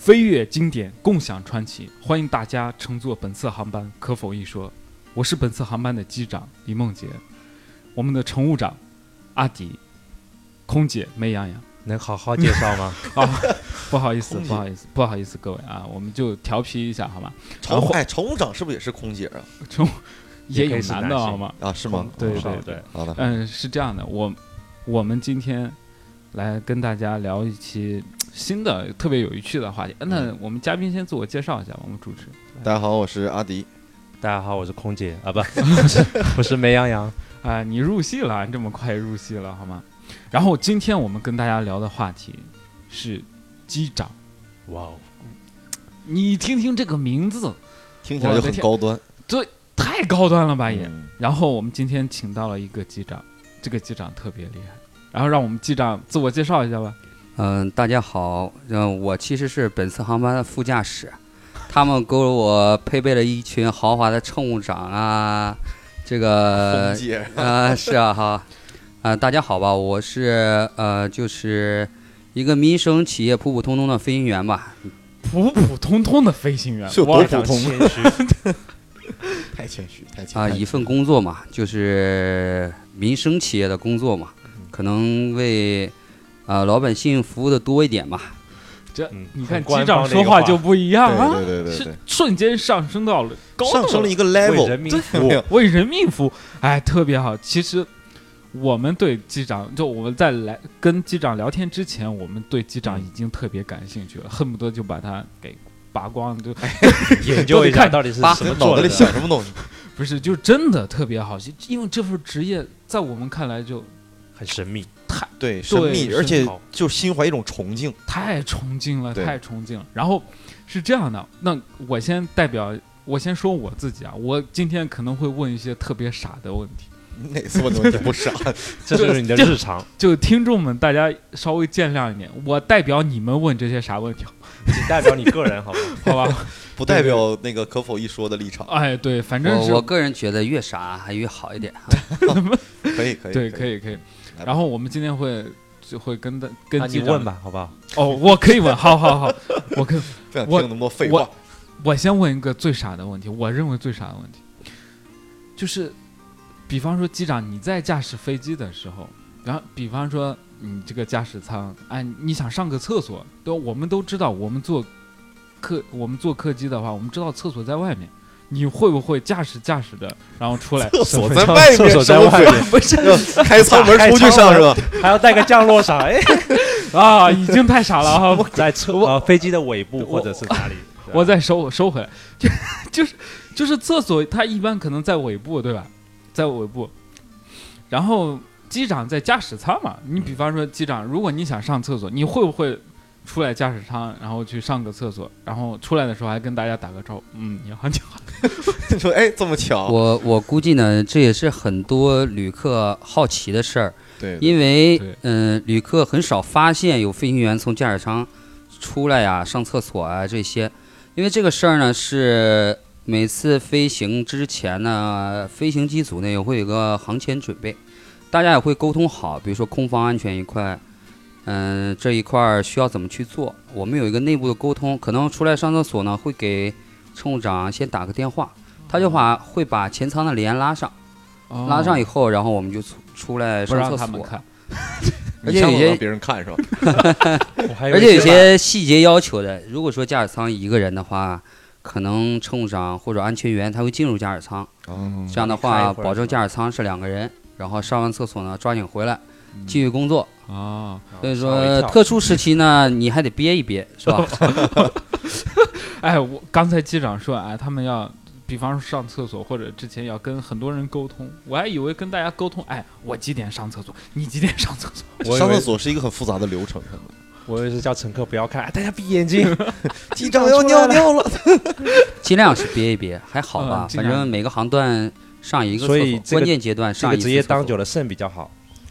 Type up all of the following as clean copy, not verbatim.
飞跃经典，共享传奇，欢迎大家乘坐本次航班，可否一说？我是本次航班的机长李梦洁，我们的乘务长阿迪，空姐梅洋洋。 能好好介绍吗？ 不好意思，各位啊，我们就调皮一下好吗？ 乘务长是不是也是空姐啊？ 也有男的好吗？ 啊，是吗？ 对， 好的。 是这样的，我们今天来跟大家聊一期新的特别有趣的话题。那我们嘉宾先自我介绍一下吧，我们主持。 大家好，我是阿迪。 大家好，我是空姐啊，不，我是梅洋洋。 啊，你入戏了，你这么快入戏了好吗？然后今天我们跟大家聊的话题是机长。 哇哦， 你听听这个名字， 听起来就很高端。 对，太高端了吧也。然后我们今天请到了一个机长，这个机长特别厉害。然后让我们机长自我介绍一下吧。 大家好，我其实是本次航班的副驾驶，他们给我配备了一群豪华的乘务长啊，这个是啊哈。大家好吧，我是就是一个民生企业普普通通的飞行员吧。 普普通通的飞行员， 就多普通， 太谦虚， 一份工作嘛，就是民生企业的工作嘛，可能为老百姓服务的多一点吧。 这你看机长说话就不一样啊， 对， 是瞬间上升到了上升了一个 level， 为人民服务， 为人民服务，哎，特别好。其实我们对机长，就我们在来跟机长聊天之前，我们对机长已经特别感兴趣了，恨不得就把他给拔光，就研究一下到底是什么脑子里想什么东西。 不是，就真的特别好，因为这份职业在我们看来就很神秘， 对神秘，而且就心怀一种崇敬， 太崇敬了。然后是这样的，那我先说我自己啊，我今天可能会问一些特别傻的问题。 哪次问的问题不傻？ 这就是你的日常。 就听众们，大家稍微见谅一点，我代表你们问这些傻问题， 仅代表你个人，好吧？ 好吧， 不代表那个可否一说的立场。 哎，对，反正是我个人觉得越傻还越好一点。 可以， 对，可以。然后我们今天会跟机长问吧，好不好？ 哦，我可以问，好，我可以。 不想听那么多废话。 我先问一个最傻的问题，我认为最傻的问题，就是比方说机长你在驾驶飞机的时候，然后比方说你这个驾驶舱，哎，你想上个厕所，我们都知道，我们坐客机的话，我们知道厕所在外面。你会不会驾驶的，然后出来？ 厕所在外面，厕所在外面， 不是开舱门出去上是吧？ 还要带个降落伞，哎， 啊，已经太傻了哈！ 在飞机的尾部或者是哪里？ 我再收回来，就是厕所，它一般可能在尾部，对吧？在尾部，然后机长在驾驶舱嘛。你比方说机长，如果你想上厕所，你会不会出来驾驶舱，然后去上个厕所，然后出来的时候还跟大家打个招呼，你好。 说哎，这么巧？ 我估计呢，这也是很多旅客好奇的事儿。 对， 因为旅客很少发现有飞行员从驾驶舱出来呀、上厕所啊这些。因为这个事儿呢，是每次飞行之前呢，飞行机组呢也会有个航前准备，大家也会沟通好，比如说空防安全一块。这一块需要怎么去做？我们有一个内部的沟通，可能出来上厕所呢，会给乘务长先打个电话，他就会把前舱的帘拉上，拉上以后，然后我们就出来上厕所。 不让他们看， 而且有些别人看是吧？ 而且有些细节要求的，如果说驾驶舱一个人的话，可能乘务长或者安全员他会进入驾驶舱，这样的话保证驾驶舱是2个人，然后上完厕所呢抓紧回来继续工作。所以说特殊时期呢，你还得憋一憋，是吧？ 哎，我刚才机长说，哎，他们要，比方说上厕所或者之前要跟很多人沟通，我还以为跟大家沟通，哎，我几点上厕所，你几点上厕所？ 上厕所是一个很复杂的流程， 我以为是叫乘客不要看，大家闭眼睛， 机长要尿尿了， 尽量是憋一憋，还好吧？反正每个航段上一个厕所，所以关键阶段上一个职业当久了肾比较好。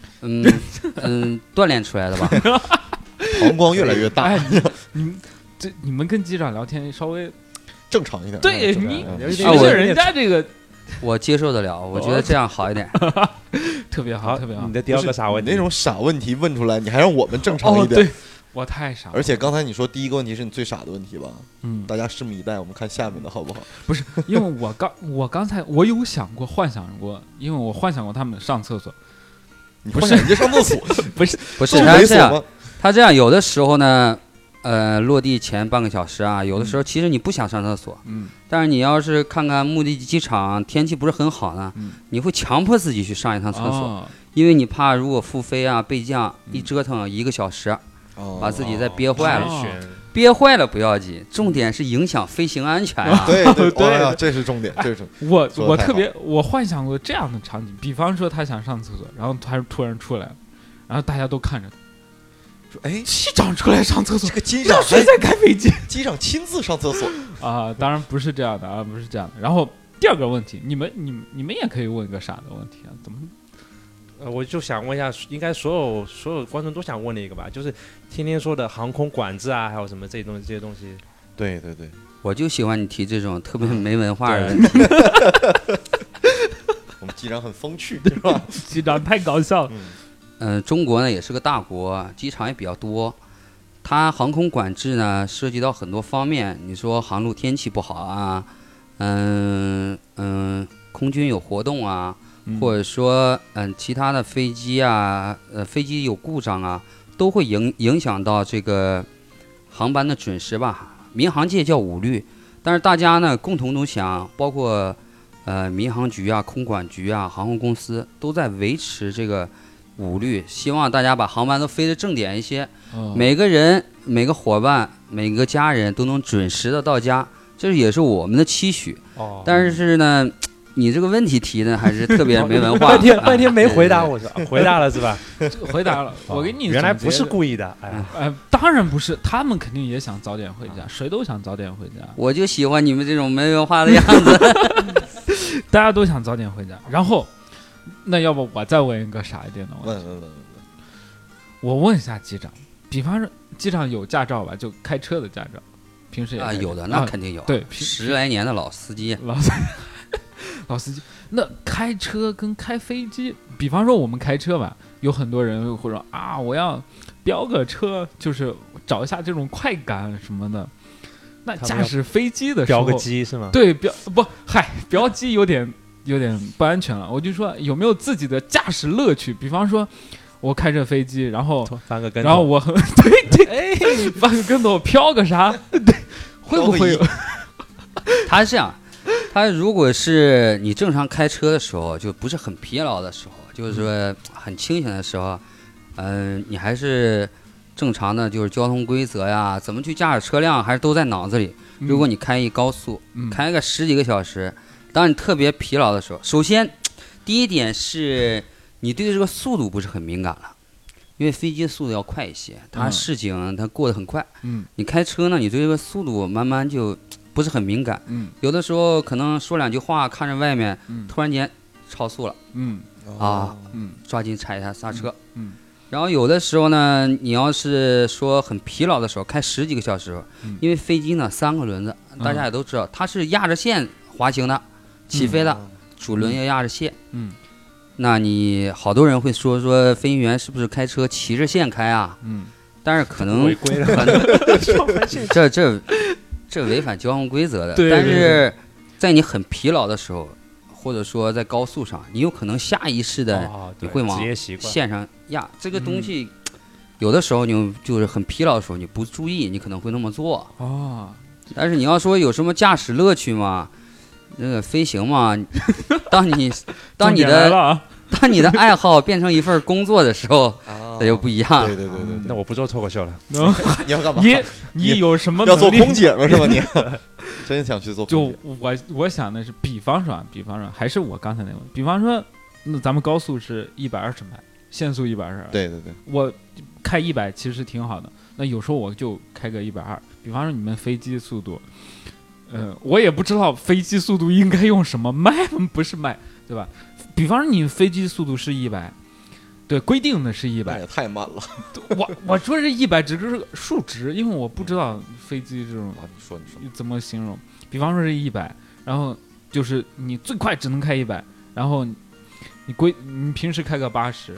锻炼出来的吧。 膀胱越来越大。 哎，你们跟机长聊天稍微正常一点。 对你，人家这个我接受得了，我觉得这样好一点。 特别好，特别好。 你的第二个傻问题， 那种傻问题问出来，你还让我们正常一点。 对， 我太傻了。 而且刚才你说第一个问题是你最傻的问题吧？ 嗯， 大家拭目以待，我们看下面的好不好？ 不是，因为我刚才我有想过幻想过，因为我幻想过他们上厕所。 你不是人家上厕所， 不是这么他这样猥琐吗？ 他这样有的时候呢，落地前半个小时啊，有的时候其实你不想上厕所，但是你要是看看目的地机场天气不是很好呢，你会强迫自己去上一趟厕所，因为你怕如果复飞啊备降一折腾1个小时，把自己再憋坏了。憋坏了不要紧，重点是影响飞行安全啊！ 对对对，这是重点，这是重点。 我幻想过这样的场景，比方说他想上厕所，然后他突然出来，然后大家都看着他， 说：“哎， 机长出来上厕所， 这个机长谁在开飞机？ 机长亲自上厕所啊！当然不是这样的啊，不是这样的。然后第二个问题，你们也可以问一个傻的问题啊，怎么？” 我就想问一下，应该所有观众都想问的一个吧，就是天天说的航空管制啊，还有什么这些东西。 对对对， 我就喜欢你提这种特别没文化的问题。 我们机长很风趣，是吧？ 机长太搞笑了。中国呢也是个大国，机场也比较多。它航空管制呢涉及到很多方面，你说航路天气不好啊，空军有活动啊。或者说，其他的飞机啊，飞机有故障啊，都会影响到这个航班的准时吧。民航界叫5律，但是大家呢共同都想，包括民航局啊、空管局啊、航空公司都在维持这个5律，希望大家把航班都飞得正点一些，每个人、每个伙伴、每个家人都能准时的到家，这也是我们的期许。但是呢。你这个问题提的还是特别没文化， 半天没回答我说，回答了是吧？ 回答了，我给你原来不是故意的， 当然不是，他们肯定也想早点回家，谁都想早点回家。 我就喜欢你们这种没文化的样子， 大家都想早点回家。然后，那要不我再问一个傻一点的问题？ 问， 我问一下机长，比方说机长有驾照吧，就开车的驾照，平时也有的，那肯定有， 对 ，10来年的老司机， 老司机，那开车跟开飞机，比方说我们开车吧，有很多人会说啊，我要飙个车，就是找一下这种快感什么的。那驾驶飞机的时候， 飙个机是吗？ 对，飙机有点不安全了。我就说有没有自己的驾驶乐趣？比方说，我开着飞机，然后翻个跟头， 然后我对，翻个跟头，飘个啥？对，会不会有？ 他是这样。他如果是你正常开车的时候，就不是很疲劳的时候，就是说很清醒的时候，你还是正常的，就是交通规则呀，怎么去驾驶车辆，还是都在脑子里。如果你开一高速，开个10几个小时，当你特别疲劳的时候，首先第一点是你对这个速度不是很敏感了，因为飞机速度要快一些，它市井它过得很快。你开车呢，你对这个速度慢慢就不是很敏感，有的时候可能说2句话，看着外面，突然间超速了，抓紧踩一下刹车，然后有的时候呢，你要是说很疲劳的时候，开10几个小时，因为飞机呢3个轮子，大家也都知道，它是压着线滑行的，起飞的，主轮要压着线，那你好多人会说飞行员是不是开车骑着线开啊？但是可能违规了， 这违反交通规则的。 对， 但是在你很疲劳的时候，或者说在高速上，你有可能下意识的你会往线上压。这个东西有的时候你就是很疲劳的时候，你不注意，你可能会那么做。但是你要说有什么驾驶乐趣嘛，那个飞行嘛，当你的爱好变成一份工作的时候，那就不一样了。 对， 那我不做脱口秀了。 你要干嘛？ 你有什么要做空姐了是吧？你真想去做空姐？ 就我想的是，比方说，还是我刚才那个，比方说，那咱们高速是120迈，限速120。 对， 我开100其实挺好的。那有时候我就开个120。比方说你们飞机速度，我也不知道飞机速度应该用什么迈，不是迈，对吧？比方说你飞机速度是100，对，规定的是100， 那也太慢了。 我说是100，只是个数值，因为我不知道飞机这种你说怎么形容。比方说是100，然后就是你最快只能开100，然后你平时开个80，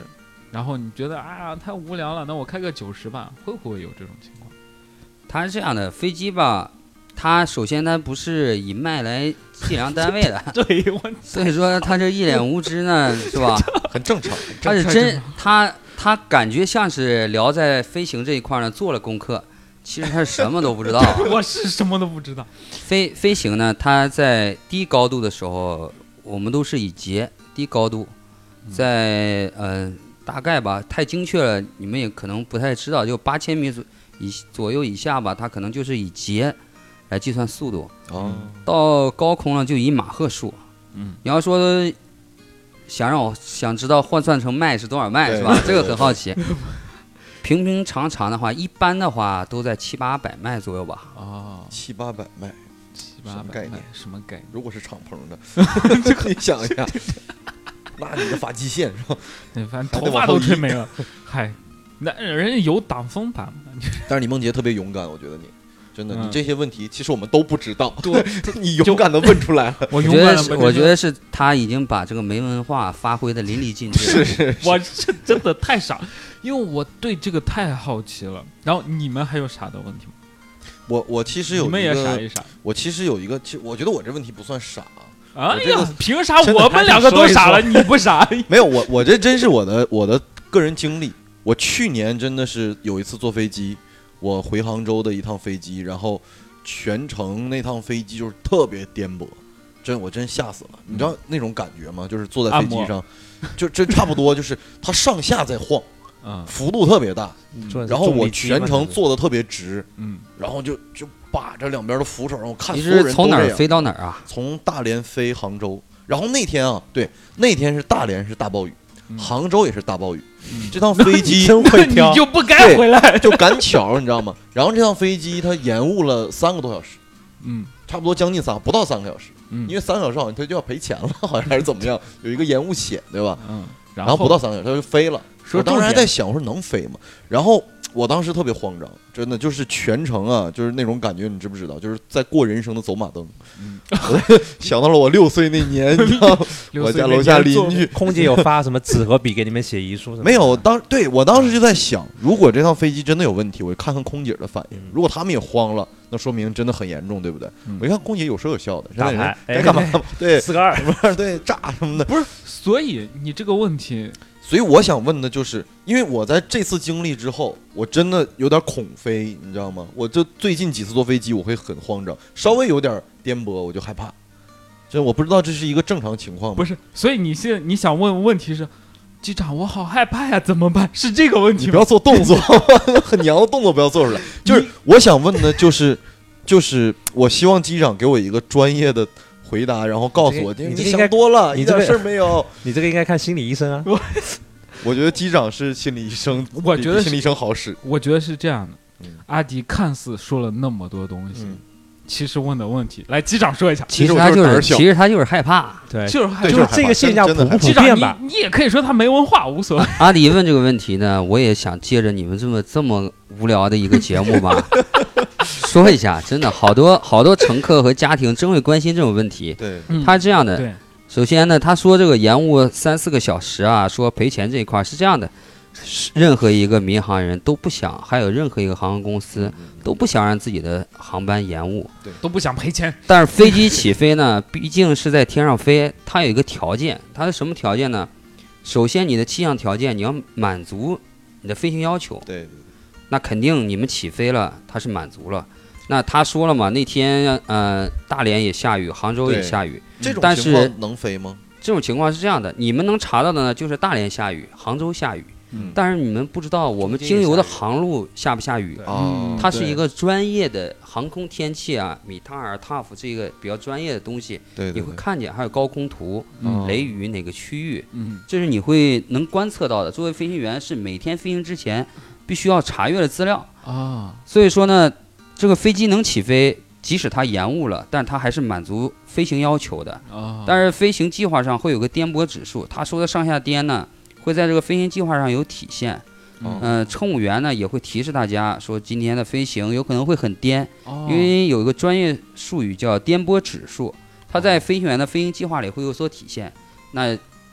然后你觉得太无聊了，那我开个90吧，会不会有这种情况？ 它是这样的，飞机吧，它首先它不是以迈来计量单位的， 对， 所以说它这一脸无知呢，是吧？ 很正常。 他是真，他感觉像是聊在飞行这一块呢做了功课，其实他是什么都不知道。 我是什么都不知道。 飞行呢，它在低高度的时候，我们都是以节低高度，在大概吧，太精确了，你们也可能不太知道，就8000米左右以下吧，它可能就是以节来计算速度。 哦， 到高空呢就以马赫数。你要说想知道换算成迈是多少迈是吧？这个很好奇。平平常常的话，一般的话都在700-800迈左右吧。 哦 ，700-800迈 ，700-800 概念？ 什么概念？ 如果是敞篷的，你想一下，那你的发际线是吧？ 对，反正头发都吹没了。嗨，那人家有挡风板嘛。 但是李梦洁特别勇敢，我觉得你。真的，你这些问题其实我们都不知道， 对， 你勇敢的问出来了。 我觉得是他已经把这个没文化发挥的淋漓尽致。 是， 我是真的太傻，因为我对这个太好奇了。然后你们还有傻的问题吗？ 我其实有一个， 你们也傻一傻。 我其实有一个，其实我觉得我这问题不算傻。 哎呀，凭啥我们两个都傻了，你不傻？ 没有，我这真是我的个人经历。我去年真的是有一次坐飞机。我回杭州的一趟飞机，然后全程那趟飞机就是特别颠簸，我真吓死了。你知道那种感觉吗？就是坐在飞机上，就这差不多，就是它上下在晃，幅度特别大。然后我全程坐的特别直，然后就把着两边的扶手，然后看所有人都这样。 你是从哪儿飞到哪儿啊？ 从大连飞杭州，然后那天啊，对，那天是大连是大暴雨。杭州也是大暴雨，这趟飞机真会挑， 你就不该回来， 就赶巧，你知道吗？然后这趟飞机它延误了3个多小时，差不多将近不到3个小时，因为3个小时好像它就要赔钱了，好像还是怎么样，有一个延误险，对吧？然后不到3个小时它就飞了。我当时还在想，我说能飞吗？然后我当时特别慌张，真的就是全程啊，就是那种感觉，你知不知道？就是在过人生的走马灯。我想到了我6岁那年，你知道，我家楼下邻居空姐有发什么纸和笔给你们写遗书什么？ 没有，我当时就在想，如果这趟飞机真的有问题，我看看空姐的反应。如果他们也慌了，那说明真的很严重，对不对？我一看空姐有说有笑的， 打牌该干嘛？对 ，4个2， 对，炸什么的。 不是，所以你这个问题。 所以我想问的就是，因为我在这次经历之后，我真的有点恐飞，你知道吗？我就最近几次坐飞机，我会很慌张，稍微有点颠簸我就害怕。这我不知道这是一个正常情况吗？ 不是，所以你想问题是，机长我好害怕呀，怎么办？是这个问题吗？ 你不要做动作，很娘的动作不要做出来。就是我想问的就是我希望机长给我一个专业的回答，然后告诉我， 你这个想多了， 你一点事儿没有。 你这个应该看心理医生啊。 我觉得机长是心理医生， 我觉得心理医生好使。 我觉得是这样的，阿迪看似说了那么多东西，其实问的问题，来机长说一下。 其实他就是害怕， 对， 就是害怕。 就是这个现象普不普遍吧？ 你也可以说他没文化，无所谓。 阿迪问这个问题呢，我也想借着你们这么无聊的一个节目吧。说一下，真的好多乘客和家庭真会关心这种问题。 对， 他这样的。 对， 首先呢，他说这个延误3-4个小时啊，说赔钱这一块是这样的，任何一个民航人都不想，还有任何一个航空公司都不想让自己的航班延误， 对， 都不想赔钱。 但是飞机起飞呢，毕竟是在天上飞，它有一个条件，它是什么条件呢？首先，你的气象条件你要满足你的飞行要求。 对。 那肯定你们起飞了，它是满足了。那他说了嘛，那天大连也下雨，杭州也下雨， 这种情况能飞吗？ 这种情况是这样的，你们能查到的呢，就是大连下雨，杭州下雨。但是你们不知道我们经由的航路下不下雨。它是一个专业的航空天气啊，米塔尔、TAF 这个比较专业的东西，你会看见，还有高空图，雷雨哪个区域，这是你会能观测到的。作为飞行员，是每天飞行之前必须要查阅的资料啊。所以说呢，这个飞机能起飞，即使它延误了，但它还是满足飞行要求的。但是飞行计划上会有个颠簸指数，他说的上下颠呢，会在这个飞行计划上有体现。乘务员呢也会提示大家说，今天的飞行有可能会很颠，因为有一个专业术语叫颠簸指数，它在飞行员的飞行计划里会有所体现。那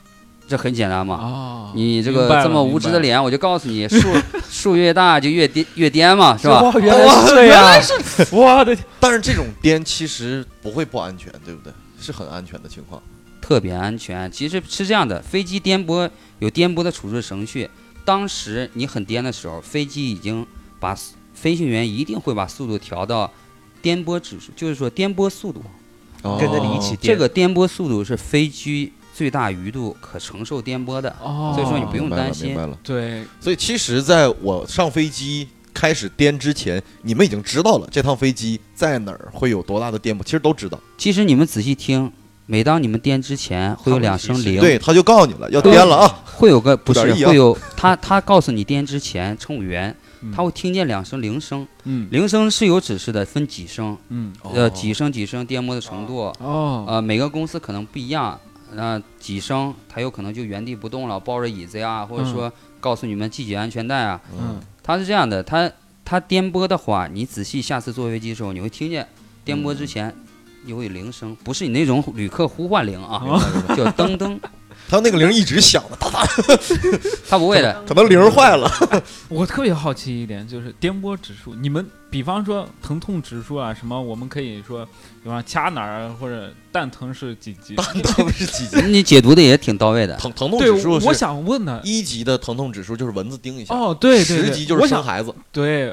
这很简单嘛。 哦， 你这明白了个这么无知的脸，我就告诉你，树越大就越颠嘛，是吧？ 哇，原来是这样，我的天， 但是这种颠其实不会不安全，对不对？是很安全的情况。 特别安全。其实是这样的，飞机颠簸有颠簸的处置程序。当时你很颠的时候，飞机已经把飞行员一定会把速度调到颠簸指数，就是说颠簸速度， 跟着你一起颠。 这个颠簸速度是飞机最大余度可承受颠簸的，所以说你不用担心。 明白了。 对， 所以其实在我上飞机开始颠之前，你们已经知道了这趟飞机在哪儿会有多大的颠簸，其实都知道。 其实你们仔细听，每当你们颠之前会有2声铃， 对，他就告诉你了要颠了啊， 会有个不是有点意啊会有他告诉你颠之前，乘务员他会听见2声铃声，铃声是有指示的，分几声，几声颠簸的程度，每个公司可能不一样，几声他有可能就原地不动了，抱着椅子呀，或者说告诉你们系紧安全带啊，他是这样的，他颠簸的话，你仔细下次坐飞机的时候，你会听见颠簸之前有铃声，不是你那种旅客呼唤铃啊，就噔噔。 他那个铃一直响的，哒哒， 他不会的， 可能铃坏了。 我特别好奇一点，就是颠簸指数，你们比方说疼痛指数啊，什么我们可以说，比方掐哪儿或者蛋疼是几级？ 蛋疼是几级？ 你解读的也挺到位的。 疼痛指数， 我想问呢 ，1级的疼痛指数就是蚊子叮一下， 对 ，10级就是生孩子， 对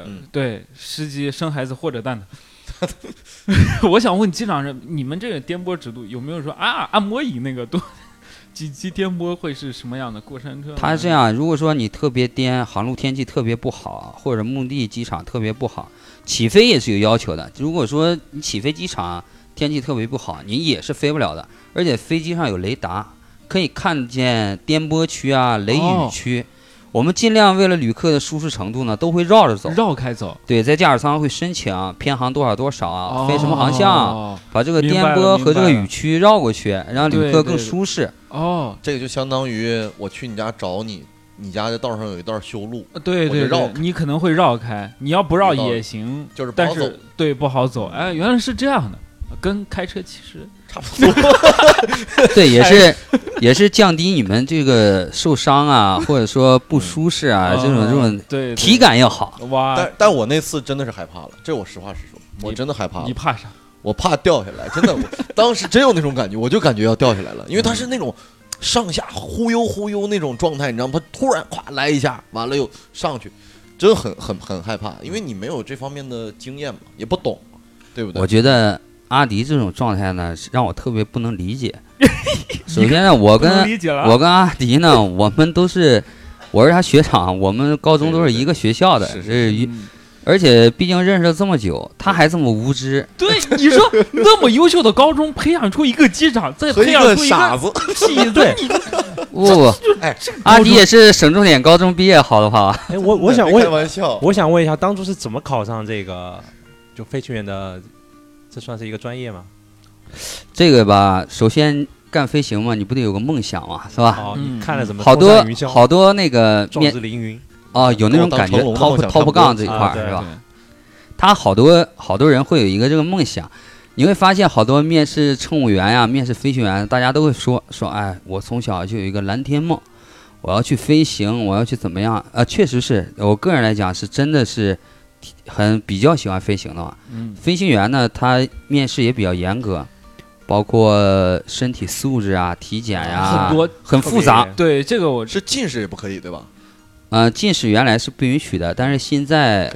10级生孩子或者蛋疼。我想问机长，你们这个颠簸指数有没有说按摩椅那个多？几级颠簸会是什么样的？过山车？ 它是这样，如果说你特别颠，航路天气特别不好，或者目的机场特别不好，起飞也是有要求的。如果说你起飞机场天气特别不好，你也是飞不了的。而且飞机上有雷达，可以看见颠簸区啊、雷雨区。我们尽量为了旅客的舒适程度呢，都会绕着走， 绕开走。 对，在驾驶舱会申请偏航多少，飞什么航向，把这个颠簸和这个雨区绕过去，让旅客更舒适。 这个就相当于我去你家找你，你家的道上有一段修路， 对，你可能会绕开，你要不绕也行， 就是不好走， 但是对不好走。哎，原来是这样的，跟开车其实差不多。 对，也是降低你们这个受伤啊，或者说不舒适啊，这种对体感要好。 哇！ 但我那次真的是害怕了，这我实话实说，我真的害怕了。 你怕啥？ 我怕掉下来，真的，我当时真有那种感觉，我就感觉要掉下来了，因为它是那种上下忽悠那种状态，你知道吗？它突然咵来一下，完了又上去，真的很害怕，因为你没有这方面的经验嘛，也不懂，对不对？ 我觉得阿迪这种状态呢，让我特别不能理解。首先呢，我跟阿迪呢，我们都是，我是他学长，我们高中都是一个学校的，而且毕竟认识了这么久，他还这么无知。 对，你说那么优秀的高中培养出一个机长，再培养出一个傻子， 对，不，阿迪也是省重点高中毕业，好的话。 哎，我想问， 开玩笑， 我想问一下，当初是怎么考上这个就飞行员的？这算是一个专业吗？ 这个吧，首先干飞行嘛，你不得有个梦想嘛，是吧？ 你看了怎么好多那个壮志凌云有那种感觉 ，top 杠这一块是吧？他好多人会有一个这个梦想，你会发现好多面试乘务员呀、面试飞行员，大家都会说，哎，我从小就有一个蓝天梦，我要去飞行，我要去怎么样？确实是我个人来讲是真的是比较喜欢飞行的嘛。飞行员呢，他面试也比较严格。包括身体素质啊、体检呀， 很多很复杂。 对，这个我是近视也不可以，对吧？ 近视原来是不允许的，但是现在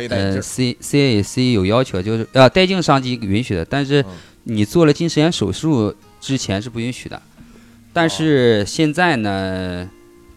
CAAC 有要求，就是带镜上机允许的，但是你做了近视眼手术之前是不允许的。但是现在呢，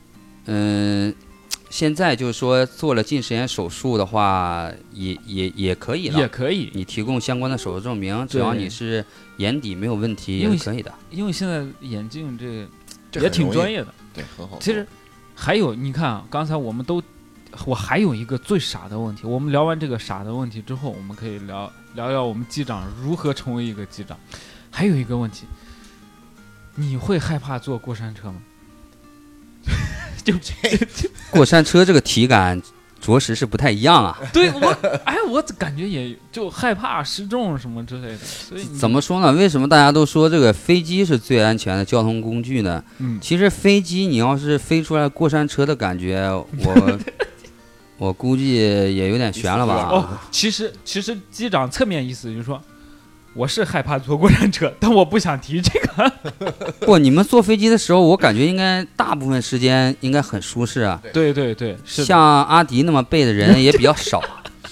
现在就是说做了近视眼手术的话，也可以了， 也可以， 你提供相关的手术证明，只要你是眼底没有问题也是可以的。 因为现在眼镜这也挺专业的， 对，很好。 其实还有，你看啊，刚才我还有一个最傻的问题。我们聊完这个傻的问题之后，我们可以聊聊我们机长如何成为一个机长。还有一个问题，你会害怕坐过山车吗？ 过山车这个体感， 着实是不太一样啊。 对我感觉也就害怕失重什么之类的，所以怎么说呢？为什么大家都说这个飞机是最安全的交通工具呢？其实飞机你要是飞出来过山车的感觉，我估计也有点悬了吧。 哦，其实机长侧面意思就是说，我是害怕坐过山车，但我不想提这个。 不，你们坐飞机的时候，我感觉应该大部分时间应该很舒适啊。 对，是像阿迪那么背的人也比较少。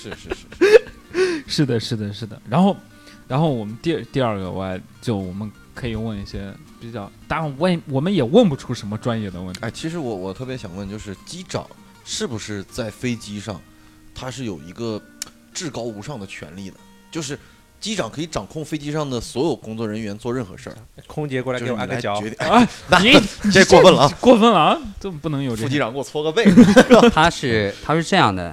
是。 是的。然后我们第二个我们可以问一些比较，当然我们也问不出什么专业的问题。 哎，其实我特别想问，就是机长是不是在飞机上，他是有一个至高无上的权利的，就是机长可以掌控飞机上的所有工作人员做任何事儿。 空姐过来给我按个脚啊！你这过分了啊！ 过分了啊！这不能有这。 副机长给我搓个背。 他是这样的，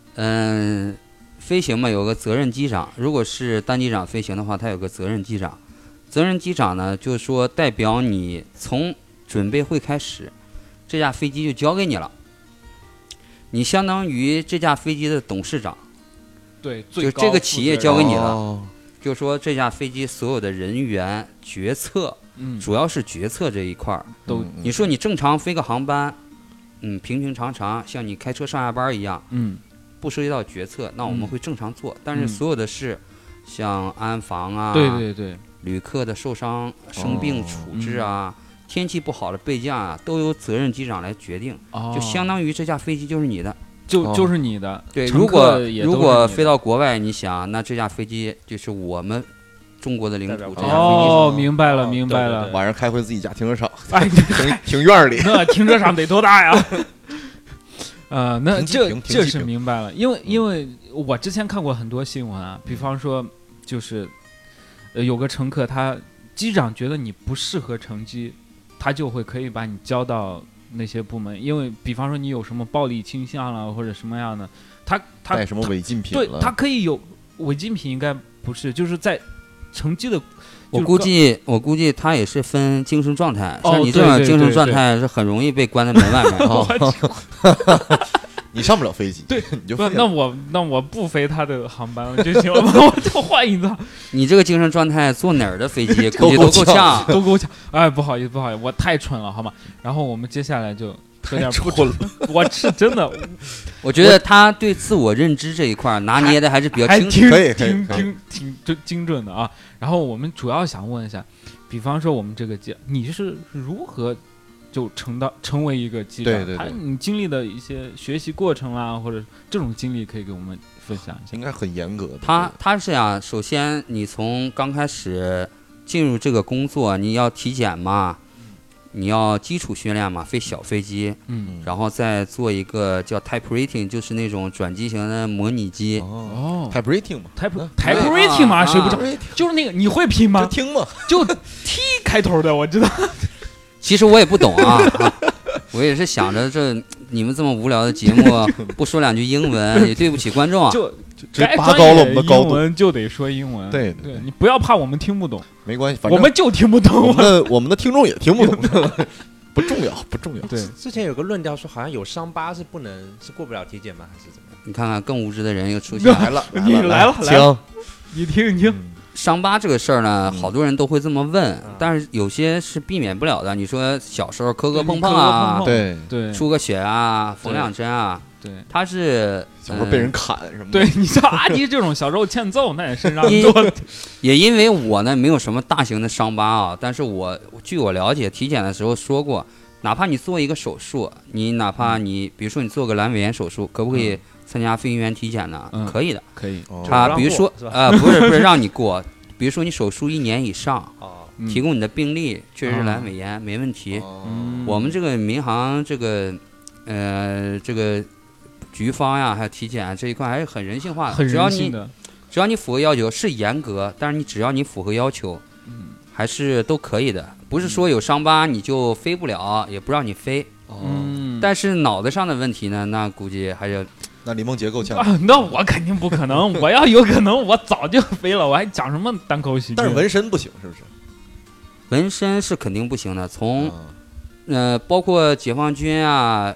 飞行嘛有个责任机长，如果是单机长飞行的话，他有个责任机长。责任机长呢，就是说代表你从准备会开始，这架飞机就交给你了，你相当于这架飞机的董事长。 对， 就这个企业交给你了。 哦， 就说这架飞机所有的人员决策，主要是决策这一块儿。你说你正常飞个航班，平平常常像你开车上下班一样，不涉及到决策，那我们会正常做。但是所有的事，像安防啊， 对， 旅客的受伤、生病处置啊，天气不好的备降啊，都由责任机长来决定。就相当于这架飞机就是你的。 就是你的。 对，如果飞到国外，你想，那这架飞机就是我们中国的领土。这架飞机哦，明白了。 晚上开回自己家停车场， 哎， 停院里。 那停车场得多大呀？那这是明白了，因为我之前看过很多新闻啊，比方说就是有个乘客机长觉得你不适合乘机，他就会可以把你交到那些部门，因为比方说你有什么暴力倾向了或者什么样的，他带什么违禁品了， 对，他可以有违禁品，应该不是，就是在乘机的。 我估计他也是分精神状态，像你这种精神状态是很容易被关在门外面。 你上不了飞机， 对， 你就那我不飞他的航班就行了，我就换一趟。 你这个精神状态坐哪儿的飞机估计都够呛， 都够呛。哎，不好意思，我太蠢了，好吗？然后我们接下来就有点不蠢了。我是真的， 我觉得他对自我认知这一块拿捏的还是比较清楚， 挺精准的啊。然后我们主要想问一下，比方说我们这个你是如何就成为一个机长？对，你经历的一些学习过程啊，或者这种经历，可以给我们分享一下。 应该很严格的。 他是这样，首先你从刚开始进入这个工作，你要体检嘛，你要基础训练嘛，飞小飞机，然后再做一个叫 type rating， 就是那种转机型的模拟机。 type rating 嘛 ，type rating 嘛，谁不知道？就是那个，你会拼吗？ 就听嘛， 就 T 开头的，我知道。 其实我也不懂啊，我也是想着你们这么无聊的节目，不说两句英文也对不起观众啊。 就拔高了我们的高度， 英文就得说英文。 对， 你不要怕我们听不懂， 没关系，反正我们就听不懂。 我们的听众也听不懂，不重要。 对， 之前有个论调说，好像有伤疤是过不了体检吗？还是怎么样？ 你看看更无知的人又出现来了， 行，你听。 伤疤这个事儿呢，好多人都会这么问，但是有些是避免不了的。你说小时候磕磕碰碰啊， 对， 出个血啊，缝两针啊， 对， 他是小时候被人砍什么的。 对，你像阿迪这种小时候欠揍，那也身上多。 也因为我呢没有什么大型的伤疤啊，但是据我了解，体检的时候说过，哪怕你做一个手术，你哪怕你比如说你做个阑尾炎手术，可不可以参加飞行员体检呢？可以的， 可以。 他比如说不是让你过，比如说你手术1年以上，提供你的病历，确实是阑尾炎，没问题。我们这个民航这个局方呀，还有体检这一块还是很人性化的， 很人性的。 只要你符合要求，是严格，但是只要你符合要求，还是都可以的。不是说有伤疤你就飞不了，也不让你飞。但是脑袋上的问题呢，那估计还是。 那李梦洁够呛那我肯定不可能，我要有可能，我早就飞了，我还讲什么单口喜剧？ 但是纹身不行，是不是？ 纹身是肯定不行的。从包括解放军啊，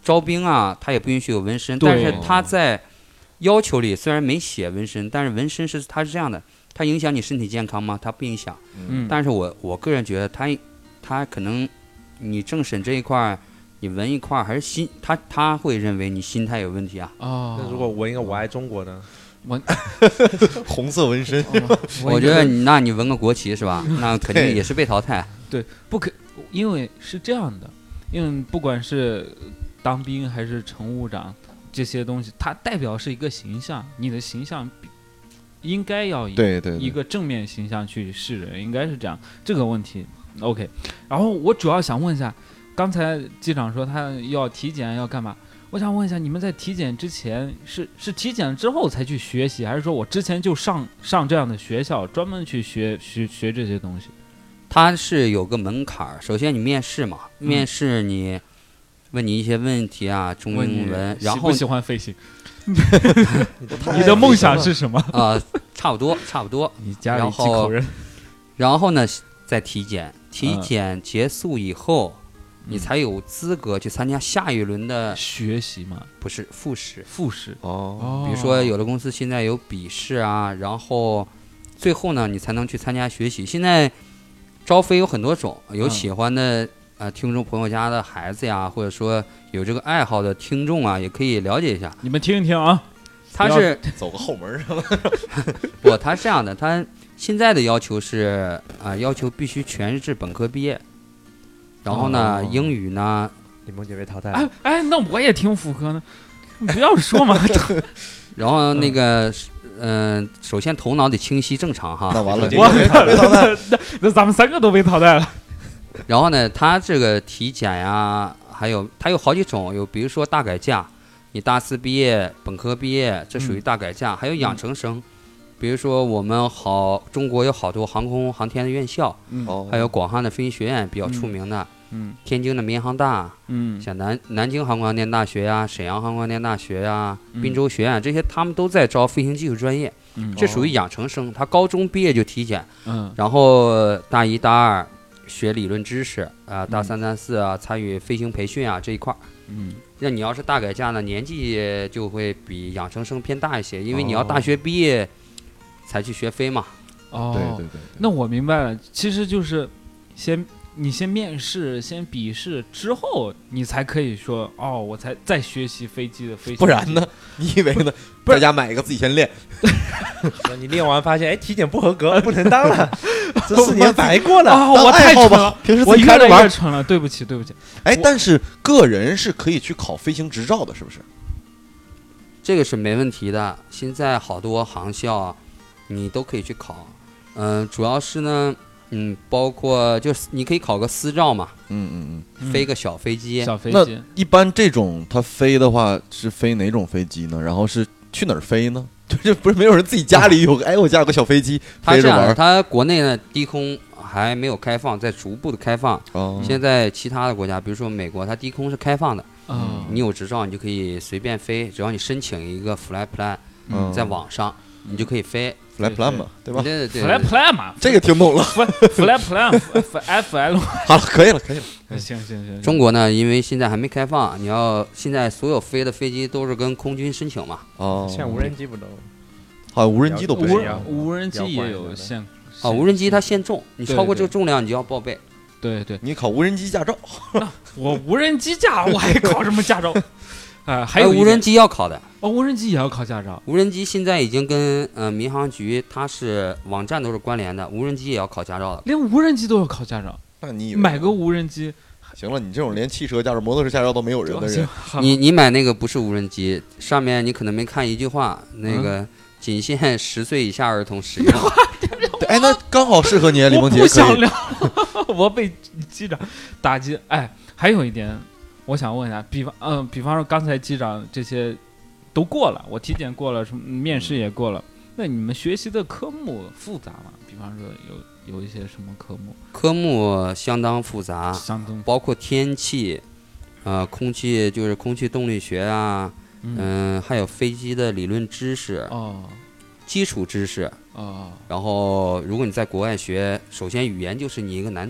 招兵啊，他也不允许有纹身， 对但是他在要求里虽然没写纹身，但是纹身它是这样的，它影响你身体健康吗？它不影响。 嗯， 但是我个人觉得他可能你政审这一块儿，你纹一块儿还是他会认为你心态有问题啊。 哦， 那如果纹一个我爱中国呢？ 红色纹身， 我觉得那你纹个国旗是吧？那肯定也是被淘汰。 对，不可，因为是这样的，因为不管是当兵还是乘务长这些东西，它代表是一个形象，你的形象应该要以对一个正面形象去示人，应该是这样。这个问题 OK。然后我主要想问一下，刚才机长说他要体检要干嘛？我想问一下，你们在体检之前是体检之后才去学习，还是说我之前就上这样的学校，专门去学这些东西？ 它是有个门槛儿，首先你面试嘛，面试你问你一些问题啊，中问你文，然后喜不喜欢飞行？你的梦想是什么？ 差不多。 你家里几口人？ 然后呢，再体检，体检结束以后，你才有资格去参加下一轮的学习嘛？ 不是复试。 哦， 比如说有的公司现在有笔试啊，然后最后呢，你才能去参加学习。现在招飞有很多种，有喜欢的听众朋友家的孩子呀，或者说有这个爱好的听众啊，也可以了解一下。 你们听一听啊， 他是走个后门上了。 不，他是这样的，他现在的要求是要求必须全日制本科毕业，然后呢，英语呢， 李梦洁被淘汰了。 哎，那我也挺符合的，你不要说嘛。 然后那个首先头脑得清晰正常哈。 那完了， 那咱们3个都被淘汰了。 然后呢，他这个体检呀，还有他有好几种，有比如说大改嫁，你大4毕业、本科毕业，这属于大改嫁，还有养成生，比如说我们中国有好多航空航天的院校，还有广汉的飞行学院比较出名的，天津的民航大，像南京航空航天大学呀、沈阳航空航天大学呀、滨州学院这些，他们都在招飞行技术专业，这属于养成生，他高中毕业就体检，然后大1、大2学理论知识大3、大4啊，参与飞行培训啊这一块儿。那你要是大改嫁呢，年纪就会比养成生偏大一些，因为你要大学毕业才去学飞嘛。 对。 那我明白了，其实就是你先面试，先笔试之后，你才可以说我才再学习飞机的飞行。 不然呢？你以为呢？在家买一个自己先练。 你练完发现，体检不合格，不能当了，这4年白过了。 我太蠢了， 平时我开着玩蠢了，对不起。 哎，但是个人是可以去考飞行执照的，是不是？ 这个是没问题的。现在好多航校你都可以去考，主要是呢。包括就是你可以考个私照嘛，飞个小飞机。 那一般这种他飞的话是飞哪种飞机呢？然后是去哪儿飞呢？就不是没有人自己家里有我家有个小飞机飞着玩。 它国内呢低空还没有开放，在逐步的开放。现在其他的国家，比如说美国，它低空是开放的。你有执照，你就可以随便飞，只要你申请一个 fly plan，在网上你就可以飞。 Fly plan 嘛，对吧？ 对 Fly plan 嘛， 这个听懂了。 Fly plan，FL。 好了，可以了。 行。 中国呢，因为现在还没开放，现在所有飞的飞机都是跟空军申请嘛。 像无人机不都？ 好像无人机都不行。 无人机也有限。 无人机它限重，你超过这个重量你就要报备。 对， 你考无人机驾照。 我无人机驾，我还考什么驾照？还有无人机要考的。 无人机也要考驾照。 无人机现在已经跟民航局它是网站都是关联的，无人机也要考驾照的。 连无人机都要考驾照？ 那你买个无人机？ 行了，你这种连汽车驾照、摩托车驾照都没有人的人， 你买那个不是无人机，上面你可能没看一句话，那个仅限10岁以下儿童使用。 哎，那刚好适合你，李梦洁。 我不想聊，我被机长打击。哎，还有一点，我想问一下，比方说刚才机长这些都过了，我体检过了，什么面试也过了，那你们学习的科目复杂吗？比方说有一些什么科目？ 科目相当复杂，包括天气，空气就是空气动力学啊，还有飞机的理论知识，基础知识，然后如果你在国外学，首先语言就是你一个难点，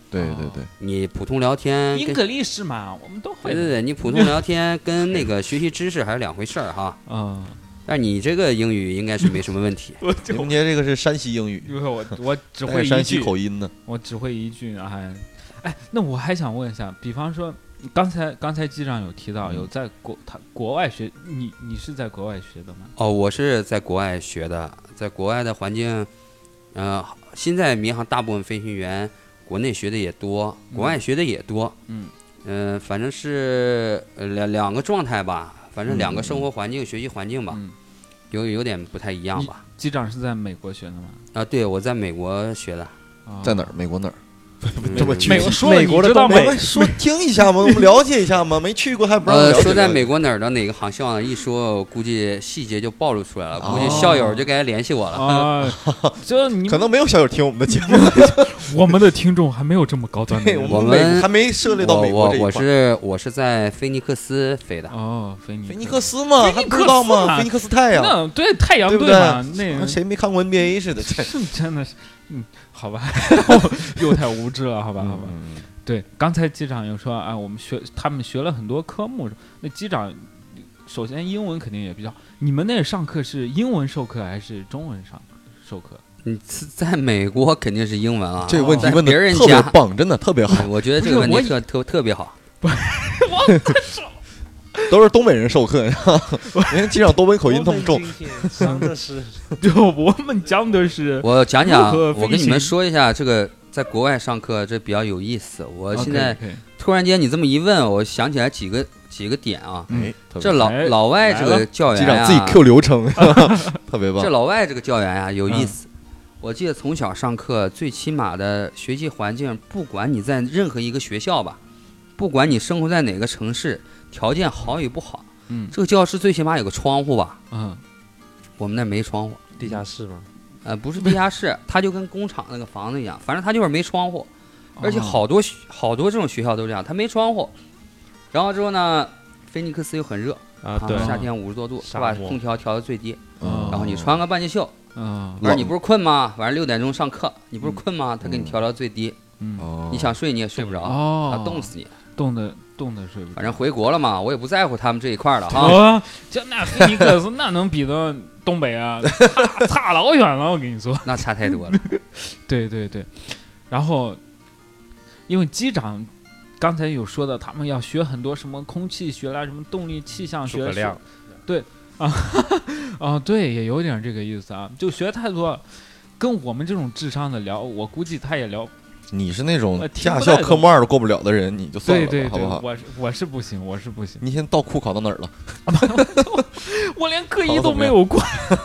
对对对， 你普通聊天跟英格力士嘛，我们都会。 对，你普通聊天跟那个学习知识还是两回事儿哈。 嗯， 但你这个英语应该是没什么问题。 李梦洁这个是山西英语， 因为我只会一山西句口音呢。 我只会一句，哎，那我还想问一下，比方说刚才机长有提到有在国外学，你是在国外学的吗？ 哦，我是在国外学的，在国外的环境，现在民航大部分飞行员国内学的也多，国外学的也多，反正是两个状态吧，反正两个生活环境、学习环境吧，有点不太一样吧。 机长是在美国学的吗？ 啊，对，我在美国学的。 在哪儿？美国哪儿？这么具体？ 美国的东北， 说听一下嘛，我们了解一下嘛。没去过还不让了解。 说在美国哪儿的哪个航校呢？一说，我估计细节就暴露出来了，估计校友就该联系我了。 就你可能没有校友听我们的节目， 我们的听众还没有这么高端的。 我们还没涉猎到美国这一块。 我是在菲尼克斯飞的。 哦，菲尼克斯嘛，还不知道吗？菲尼克斯太阳。 那对太阳队嘛，那谁没看过 NBA 似的？ 是真的是，好吧，又太无知了，好吧。对，刚才机长有说啊，他们学了很多科目。那机长首先英文肯定也比较，你们那上课是英文授课还是中文授课？ 你在美国肯定是英文啊。 这个问题问的别人特别棒，真的特别好。 我觉得这个问题特别好。 都是东北人授课，你看机长东北口音这么重。 讲的是， 我们讲的是。 我讲讲，我跟你们说一下这个在国外上课这比较有意思。我现在突然间你这么一问，我想起来几个点啊。这老外这个教员呀， 机长自己 Q 流程，特别棒。 这老外这个教员呀有意思。我记得从小上课，最起码的学习环境，不管你在任何一个学校吧，不管你生活在哪个城市，条件好与不好，这个教室最起码有个窗户吧。我们那没窗户。 地下室吗？ 不是地下室，它就跟工厂那个房子一样，反正它就是没窗户，而且好多这种学校都这样，它没窗户。然后之后呢，菲尼克斯又很热啊，对， 夏天50多度，它把空调调到最低，然后你穿个半截袖，反正你不是困吗？晚上6点钟上课，你不是困吗？他给你调到最低，你想睡你也睡不着，他冻死你， 冻的睡不着。 反正回国了嘛，我也不在乎他们这一块了哈。 就那菲尼克斯那能比得东北啊，差老远了，我跟你说， 那差太多了。 对，然后因为机长刚才有说的，他们要学很多什么空气学啦，什么动力气象学，对对，也有点这个意思啊，就学太多了，跟我们这种智商的聊，我估计他也聊。 你是那种驾校科目2都过不了的人，你就算了吧， 对， 好不好？ 我是不行。 你现在倒库考到哪儿了？ 我连科一都没有过。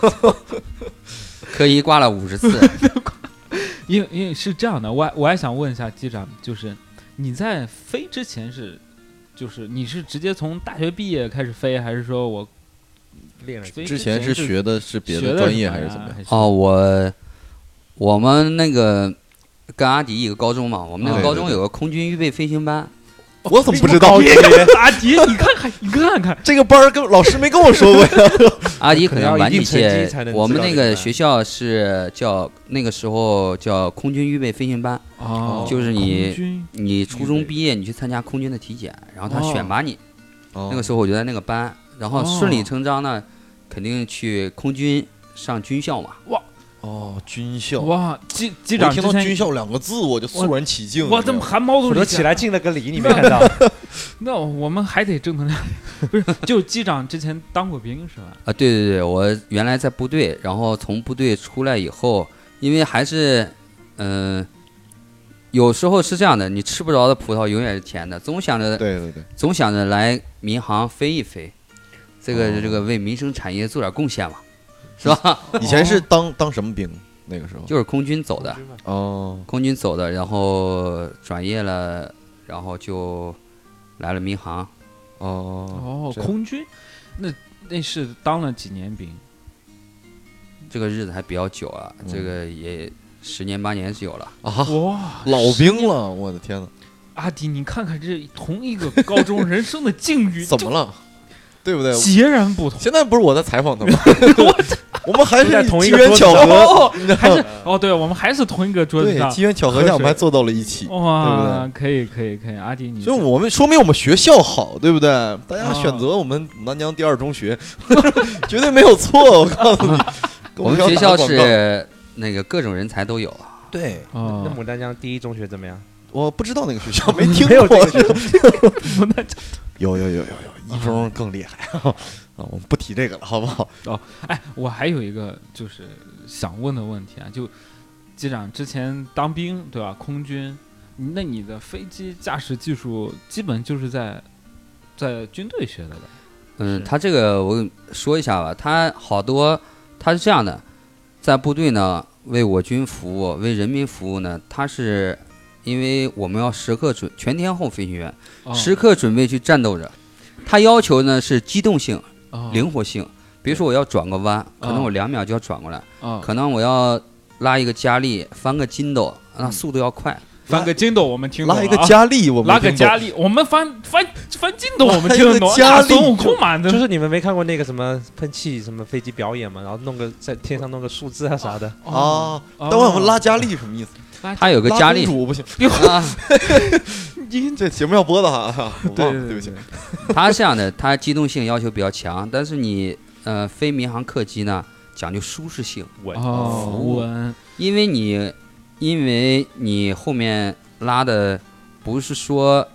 科一挂了50次。 因为是这样的，我还想问一下机长，就是你在飞之前就是你是直接从大学毕业开始飞，还是说我练了之前是学的是别的专业还是怎么样？ 哦，我们那个跟阿迪一个高中嘛，我们那个高中有个空军预备飞行班。 我怎么不知道？ 阿迪，你看看这个班跟老师没跟我说过呀。 阿迪可能晚你些，我们那个学校是叫那个时候叫空军预备飞行班，就是你初中毕业，你去参加空军的体检，然后他选拔你。那个时候我就在那个班，然后顺理成章呢，肯定去空军上军校嘛。 军校哇！机长听到军校2个字，我就肃然起敬。 我怎么汗毛都起来敬了个礼，你没看到？ 那我们还得正能量，不是？就机长之前当过兵是吧？ 对，我原来在部队，然后从部队出来以后，因为还是有时候是这样的，你吃不着的葡萄永远是甜的，总想着总想着来民航飞一飞，这个为民生产业做点贡献嘛。是吧？ 以前是当什么兵？那个时候就是空军走的空军走的，然后转业了，然后就来了民航。 空军，那是当了几年兵？ 这个日子还比较久啊，这个也10年8年是有了啊！哇，老兵了，我的天哪！ 阿迪，你看看这同一个高中人生的境遇， 怎么了？对不对？ 截然不同。 现在不是我在采访他吗？ 我们还都在是机缘同一个桌子巧合， 哦，还是哦，对，我们还是同一个桌子对， 上。 机缘巧合下我们还坐到了一起， 哇，可以，阿迪，你所以我们说明我们学校好，对不对？大家选择我们南江第二中学，绝对没有错。我告诉你， 我们学校给是那个各种人才都有啊。 对， 那哦， 牡丹江第一中学怎么样？ 我不知道那个学校，没听没有过。 这个学有，一中更厉害啊！我们不提这个了，好不好？ 哎，我还有一个就是想问的问题啊，就机长之前当兵对吧？空军，那你的飞机驾驶技术基本就是在军队学的吧？ 嗯，他这个我说一下吧，他是这样的，在部队呢为我军服务，为人民服务呢，他是因为我们要时刻全天候飞行员，时刻准备去战斗着。他要求呢是机动性、灵活性。比如说我要转个弯，可能我2秒就要转过来，可能我要拉一个加力，翻个筋斗，那速度要快。 翻个筋斗我们听懂了， 拉一个加力，我们拉个加力，我们翻筋斗我们听得懂， 加力孙悟空嘛， 就是你们没看过那个什么喷气什么飞机表演嘛，然后弄个在天上弄个数字啊啥的啊。等会儿我们拉加力什么意思？ 他有个加力， 拉公主不行啊。 这节目要播的哈， 对不起。 他是这样的，他机动性要求比较强，但是你飞民航客机呢讲究舒适性， 稳， 因为你后面拉的不是说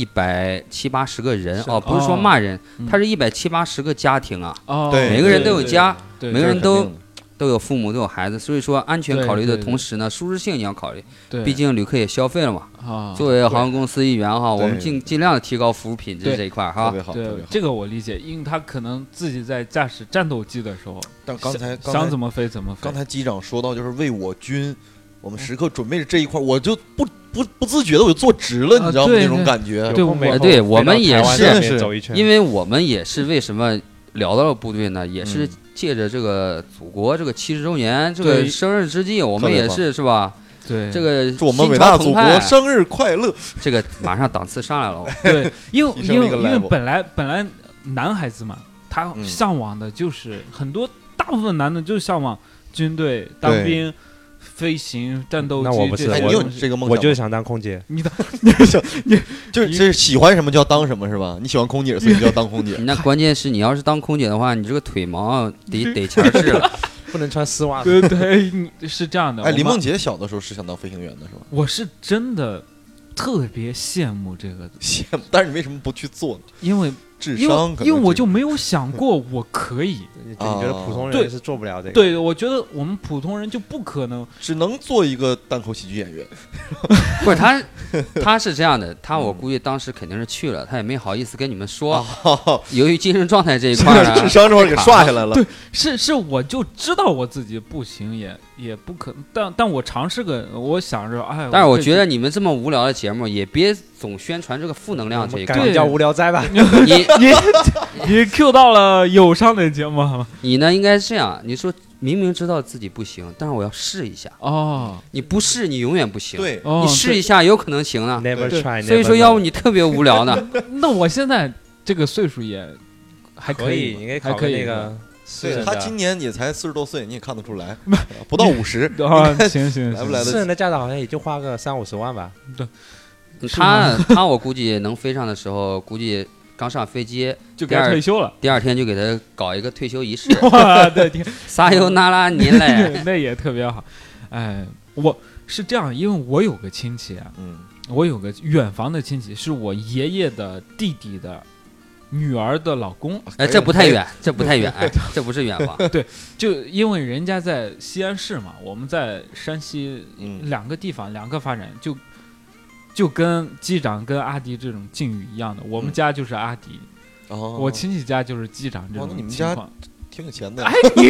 170-180个人哦，不是说骂人，他是170-180个家庭啊， 对， 每个人都有家， 每个人都有父母，都有孩子，所以说安全考虑的同时呢，舒适性你要考虑，毕竟旅客也消费了嘛。作为航空公司一员哈，我们尽量的提高服务品质这一块哈。 对，这个我理解，因为他可能自己在驾驶战斗机的时候， 但刚才想怎么飞怎么飞。 刚才机长说到就是为我军，我们时刻准备着这一块，我就不自觉的我就坐直了，你知道吗？那种感觉。 对，我们也是， 走一圈， 因为我们也是为什么聊到了部队呢？也是借着这个祖国这个70周年这个生日之际，我们也是吧？ 对， 这个祝我们伟大祖国生日快乐！ 这个马上档次上来了。 对，因为本来男孩子嘛，他向往的就是很多大部分男的就向往军队当兵。飞行战斗机， 那我不是， 你有这个梦想？ 我就是想当空姐。 你就是喜欢什么就要当什么，是吧？你喜欢空姐，所以你就要当空姐。 那关键是你要是当空姐的话，你这个腿毛得前置了， 不能穿丝袜。 对，是这样的。 哎，李梦洁小的时候是想当飞行员的，是吧？ 我是真的特别羡慕这个， 但是你为什么不去做呢？ 因为智商， 因为我就没有想过我可以。 你觉得普通人是做不了这个？ 对，我觉得我们普通人就不可能， 只能做一个单口喜剧演员。 不是他是这样的，我估计当时肯定是去了，他也没好意思跟你们说。由于精神状态这一块呢， 智商这块给刷下来了。 对，是，我就知道我自己不行，也不可能，但我尝试个，我想着，哎。 但是我觉得你们这么无聊的节目，也别总宣传这个负能量这一块。 对，叫无聊斋吧。 你 Q 到了友商的节目好吗？ 你呢应该是这样，你说明明知道自己不行，但是我要试一下。你不试你永远不行。 对， 你试一下有可能行呢。 Never try。 所以说，要不你特别无聊呢。 那我现在这个岁数也还可以， 应该考那个。 对，他今年也才40多岁，你也看得出来，不到50。 行， 来不来的？ 私人的驾照好像也就花个30-50万吧。 对， 他我估计能飞上的时候，估计。刚上飞机就该退休了， 第2天就给他搞一个退休仪式。 哇，对， 撒由那拉您嘞， 那也特别好。哎，我是这样，因为我有个亲戚啊，我有个远房的亲戚，是我爷爷的弟弟的女儿的老公。 哎，这不太远，这不太远，哎，这不是远房。 对，就因为人家在西安市嘛，我们在山西两个地方两个发展，就跟机长跟阿迪这种境遇一样的，我们家就是阿迪，我亲戚家就是机长这种情况。 你们家挺有钱的， 哎，你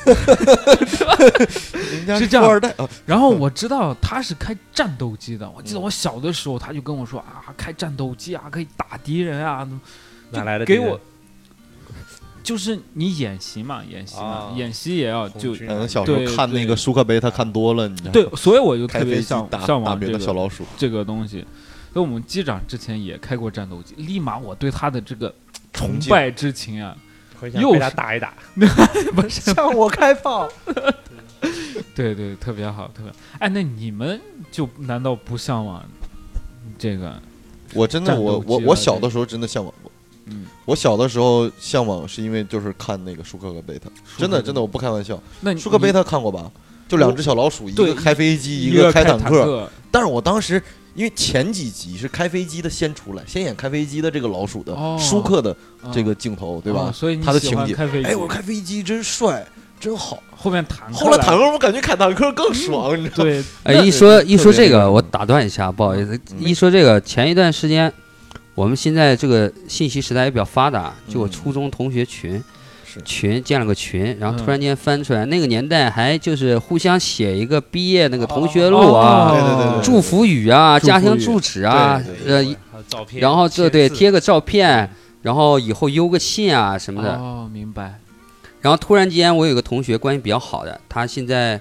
家是这样富二代。 然后我知道他是开战斗机的，我记得我小的时候他就跟我说啊，开战斗机啊可以打敌人啊， 哪来的给我。就是你演习嘛，演习也要就可能小时候看那个舒克杯，他看多了，你知道吗？ 对，所以我就特别向往这个小老鼠这个东西。所以我们机长之前也开过战斗机，立马我对他的这个崇拜之情啊， 又回想被他打一打， 不是， 向我开炮。 对对，特别好，特别。哎，那你们就难道不向往这个？ 我真的， 战斗机啊我小的时候真的向往过。 嗯， 我小的时候向往是因为就是看那个舒克和贝特，真的真的我不开玩笑。 那舒克贝特看过吧？就2只小老鼠，一对个开飞机， 一个开坦坦克。但是我当时因为前几集是开飞机的先出来，先演开飞机的这个老鼠的舒克的这个镜头，对吧？ 所以你他的情节， 开飞机， 哎，我开飞机真帅，真好。 后面坦克， 后来坦克我感觉开坦克更爽，你知道吗？ 对， 哎，一说这个，我打断一下，不好意思，一说这个，前一段时间，我们现在这个信息时代也比较发达，就我初中同学群建了个群，然后突然间翻出来，那个年代还就是互相写一个毕业那个同学录啊， 对， 祝福语啊，家庭住址啊， 照片， 然后对贴个照片，然后以后邮个信啊什么的。 哦，明白。 然后突然间，我有个同学关系比较好的，他现在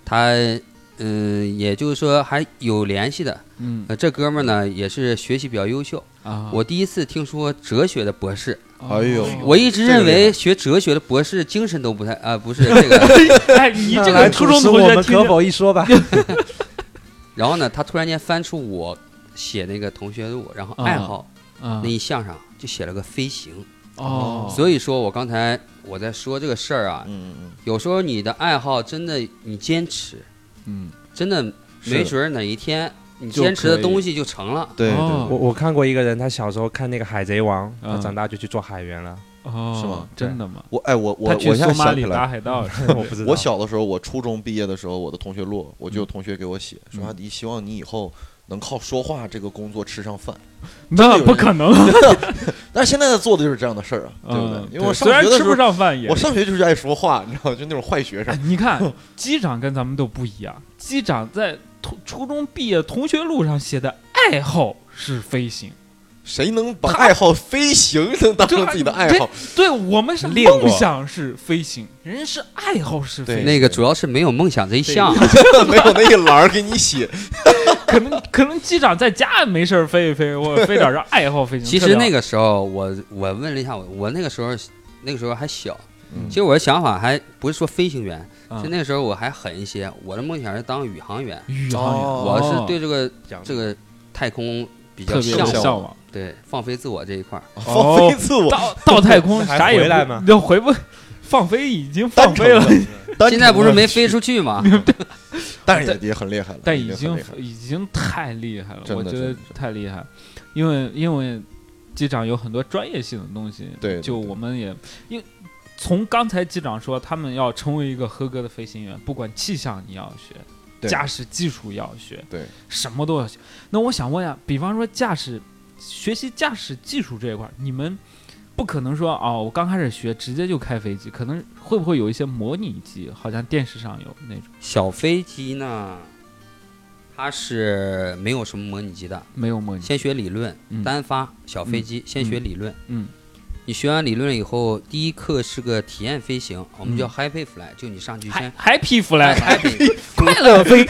也就是说还有联系的。这哥们儿呢也是学习比较优秀啊。我第一次听说哲学的博士。 哎呦， 我一直认为学哲学的博士精神都不太不是这个。 哎，你这个初中同学我们可否一说吧？ 然后呢，他突然间翻出我写那个同学录，然后爱好那一项上就写了个飞行。 哦， 所以说我刚才我在说这个事儿啊，有时候你的爱好真的你坚持，真的没准哪一天你坚持的东西就成了。 对， 我看过一个人，他小时候看那个《海贼王》，他长大就去做海员了。 哦， 是吗？ 真的吗？ 我去现在想起来打海盗， 我不知道。 我小的时候，我初中毕业的时候，我的同学录，我就有同学给我写说，阿迪希望你以后能靠说话这个工作吃上饭。 那不可能。 但是现在做的就是这样的事儿啊，对不对？因为我上学的时候吃不上饭也， 我上学就是爱说话，你知道吗？就那种坏学生。 你看，机长跟咱们都不一样，机长在初中毕业同学录上写的爱好是飞行。 谁能把爱好飞行能当成自己的爱好？ 对，我们是梦想是飞行，人是爱好是飞行。 那个主要是没有梦想这一项， 没有那一栏给你写。 可能机长在家没事飞一飞，我飞点让爱好飞行。 其实那个时候我问了一下我那个时候还小，其实我的想法还不是说飞行员，就那个时候我还狠一些，我的梦想是当宇航员。我是对这个太空比较向往。对，放飞自我这一块， 放飞自我到太空啥也回来吗？ 就回不，放飞已经放飞了， 现在不是没飞出去吗？ 但是也很厉害了， 但已经太厉害了，我觉得太厉害，因为机长有很多专业性的东西， 对， 就我们也因为从刚才机长说，他们要成为一个合格的飞行员，不管气象你要学。驾驶技术要学， 对， 什么都要学。那我想问呀，比方说学习驾驶技术这一块，你们不可能说我刚开始学直接就开飞机，可能会不会有一些模拟机？好像电视上有那种小飞机呢，它是没有什么模拟机的， 没有模拟机， 先学理论，单发小飞机，先学理论，你学完理论了以后，第一课是个体验飞行，我们叫 Happy Fly，就你上去先 Happy Fly， 快乐飞。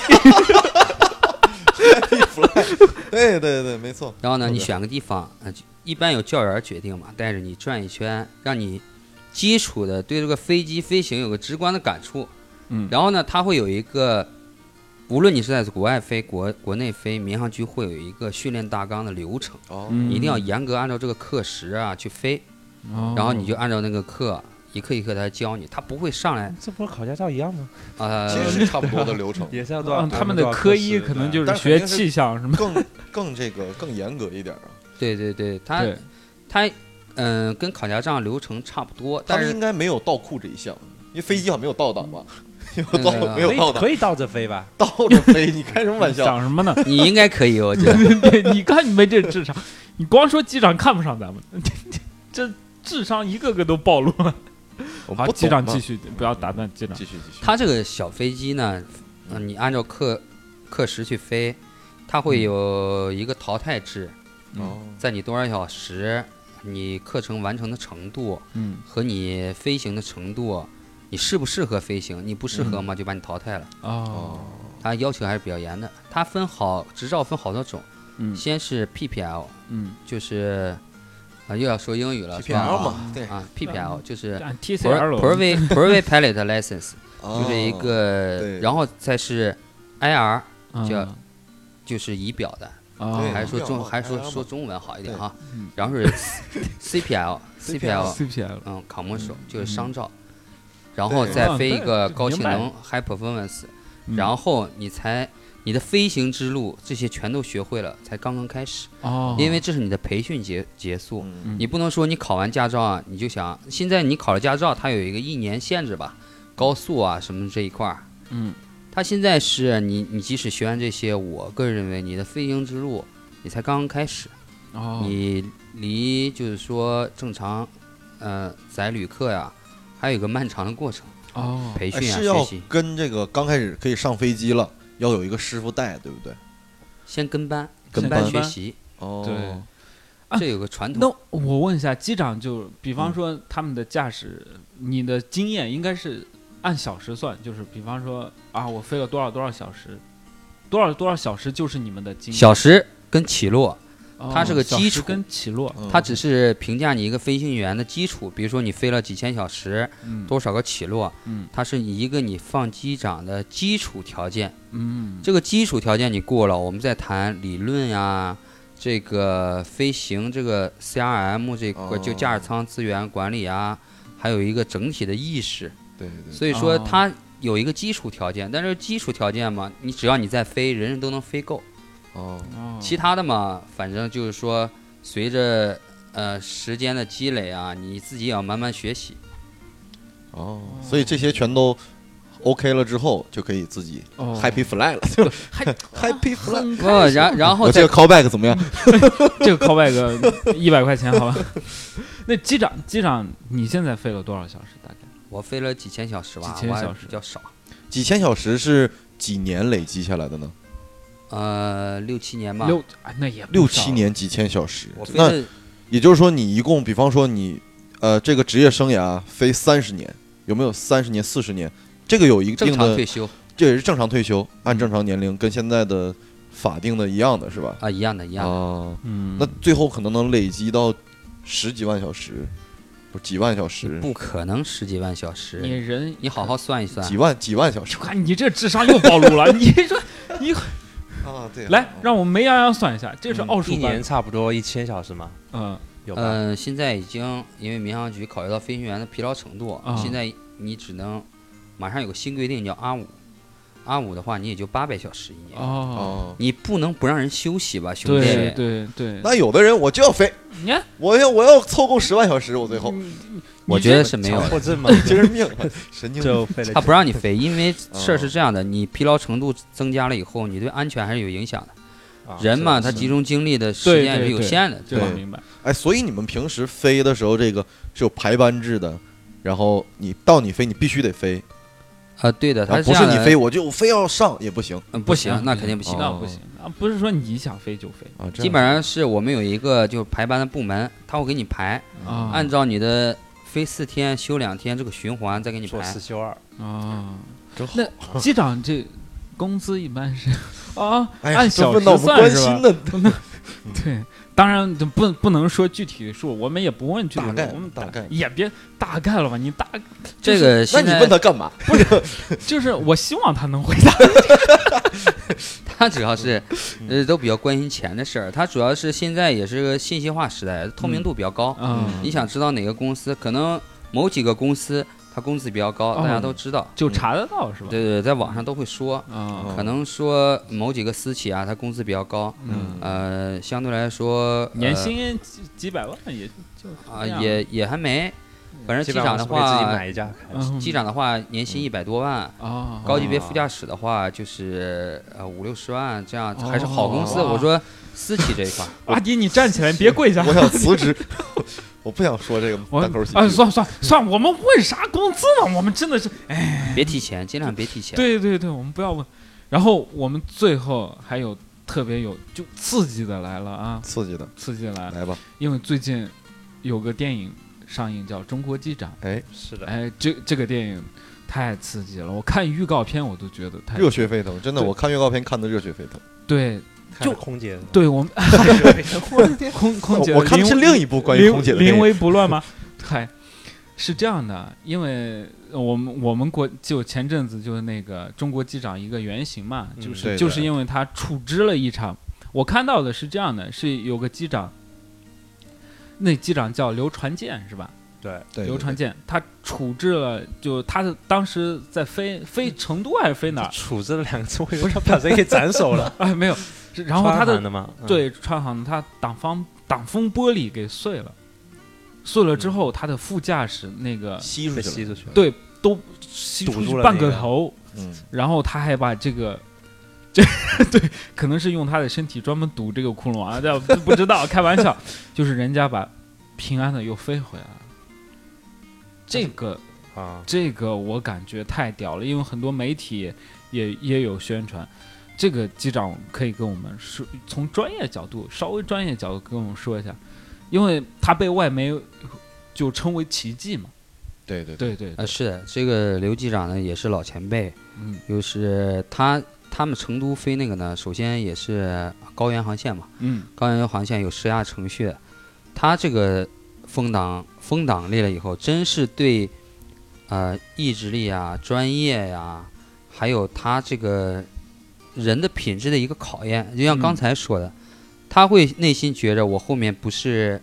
Happy Fly， 对，没错。 然后呢，你选个地方，一般有教员决定嘛，带着你转一圈，让你基础的对这个飞机飞行有个直观的感触。然后呢，它会有一个，无论你是在国外飞、国内飞，民航局会有一个训练大纲的流程，你一定要严格按照这个课时啊去飞。然后你就按照那个课一课一课他教你，他不会上来。 这不是考驾照一样吗？ 其实是差不多的流程， 也是要多少？ 他们的科一可能就是学气象什么， 更严格一点啊。 对，他跟考驾照流程差不多，但是应该没有倒库这一项，因为飞机好像没有倒档吧？没有倒档， 可以倒着飞吧？ 倒着飞，你开什么玩笑？ 想什么呢？ 你应该可以，我觉得。 你看你没这智商，你光说机长看不上咱们，这。智商一个个都暴露了。好，机长继续，不要打断机长。 继续。 他这个小飞机呢，你按照课时去飞，它会有一个淘汰制。在你多少小时，你课程完成的程度，和你飞行的程度，你适不适合飞行？你不适合嘛，就把你淘汰了。他要求还是比较严的。他执照分好多种，先是 PPL，就是。 啊，又要说英语了，是吧？ PPL 嘛，对啊，PPL 就是按 TCL Private Pilot License， 哦就是一个， 对然后再是 IR， 嗯叫就是仪表的， 啊对还是说中仪表嘛还是 IR 说中文好一点哈嗯。 然后是 CPL， CPL， commercial 就是商照，然后再飞一个高性能 high performance，然后你的飞行之路这些全都学会了，才刚刚开始。 哦， 因为这是你的培训结束， 嗯你不能说你考完驾照啊，你就想现在你考了驾照，它有一个1年限制吧，高速啊什么这一块儿，它现在是你即使学完这些，我个人认为你的飞行之路你才刚刚开始，你离就是说正常载旅客呀，还有一个漫长的过程。培训啊， 是要学习跟这个刚开始可以上飞机了，要有一个师傅带，对不对？ 先跟班跟班学习， 哦， 对， 这有个传统。 那我问一下机长，就比方说他们的驾驶，你的经验应该是按小时算，就是比方说啊，我飞了多少小时，多少小时就是你们的经验。 小时跟起落，它是个基础小时跟起落， 它只是评价你一个飞行员的基础，比如说你飞了几千小时，多少个起落，它是一个你放机长的基础条件。这个基础条件你过了，我们再谈理论呀，这个飞行这个 CRM 这个就驾驶舱资源管理啊，还有一个整体的意识。 对， 所以说它有一个基础条件，但是基础条件嘛，你只要你在飞，人人都能飞够。其他的嘛，反正就是说，随着时间的积累啊，你自己也要慢慢学习。 所以这些全都 OK 了之后，就可以自己 Happy Fly 了，就 Happy Fly。 然后我这个 callback 怎么样？ 这个 callback 100块钱，好吧？那机长，你现在飞了多少小时？大概？ 我飞了几千小时吧， 几千小时比较少。 几千小时是几年累积下来的呢 ？6、7年吧。 那也 6、7年几千小时。 我飞那也就是说，你一共，比方说你这个职业生涯飞30年，有没有30年、40年？这个有一定的正常退休， 这也是正常退休，按正常年龄跟现在的法定的一样的是吧？ 一样的。 那最后可能能累积到10几万小时，不几万小时？ 不可能10几万小时。你好好算一算， 几万小时。 看你这智商又暴露了，你说你对， 来让我们梅洋洋算一下，这是奥数班， 一年差不多1000小时吗？有吧？ 现在已经因为民航局考虑到飞行员的疲劳程度，现在你只能马上有个新规定叫R5的话，你也就800小时一年。你不能不让人休息吧，兄弟？ 对。 那有的人我就要飞， 你看我要凑够10万小时，我最后我觉得是没有强迫症嘛， 精神病，神经病。 他不让你飞，因为事儿是这样的，你疲劳程度增加了以后，你对安全还是有影响的。人嘛，他集中精力的时间是有限的， 对吧？明白。 所以你们平时飞的时候，这个是有排班制的，然后你飞，你必须得飞。 对的，他不是你飞我就非要上也不行， 不行，那肯定不行， 那不行啊！不是说你想飞就飞啊， 基本上是我们有一个就排班的部门，他会给你排，按照你的飞4天休2天这个循环再给你排。 做4休2 真好。 那机长这工资一般是按小时算是吧？对。当然不能说具体的数，我们也不问具体的，我们大概也别大概了吧？你这个， 那你问他干嘛？ 不是，就是我希望他能回答。 他主要是都比较关心钱的事儿，他主要是现在也是个信息化时代，透明度比较高。你想知道哪个公司，可能某几个公司它工资比较高，大家都知道， 就查得到是吧？ 对，在网上都会说，可能说某几个私企啊，它工资比较高，相对来说年薪几百万也就也还没。反正机长的话，机长的话年薪100多万，高级别副驾驶的话就是50、60万，这样还是好公司。我说私企这一块， 阿迪你站起来，别跪下， 我想辞职。我不想说这个单口喜剧。 算，我们问啥工资呢？我们真的是， 别提钱，尽量别提钱。 对，我们不要问。然后我们最后还有特别就刺激的来了啊！刺激的来吧！ 因为最近有个电影上映叫《中国机长》， 是的， 这个电影太刺激了，我看预告片我都觉得太热血沸腾，真的，我看预告片看的热血沸腾。 对， 就空姐， 对我们我的天， 空姐， 我看的是另一部关于空姐的电影。 临危不乱吗？嗨，是这样的，因为我们国就前阵子就是那个中国机长一个原型嘛，就是因为他处置了一场，我看到的是这样的，是有个机长，那机长叫刘传健是吧？ 对， 刘传健他处置了，就他当时在飞成都还是飞哪儿？ 处置了2个字，我以为他把人给斩首了。 哎，没有，然后他的吗？ 对，川航他挡风玻璃给碎了。碎了之后，他的副驾驶那个吸出去了， 对，都吸出去半个头。然后他还把这对，可能是用他的身体专门堵这个窟窿啊，这不知道，开玩笑，就是人家把平安的又飞回来了。这个我感觉太屌了，因为很多媒体也有宣传。这个机长可以跟我们说，从稍微专业角度跟我们说一下。因为他被外媒就称为奇迹嘛，对， 是的，这个刘机长呢也是老前辈，就是他们成都飞那个呢，首先也是高原航线嘛，高原航线有施压程序，他这个风挡裂了以后，真是对意志力啊、专业呀，还有他这个人的品质的一个考验，就像刚才说的。他会内心觉着我后面不是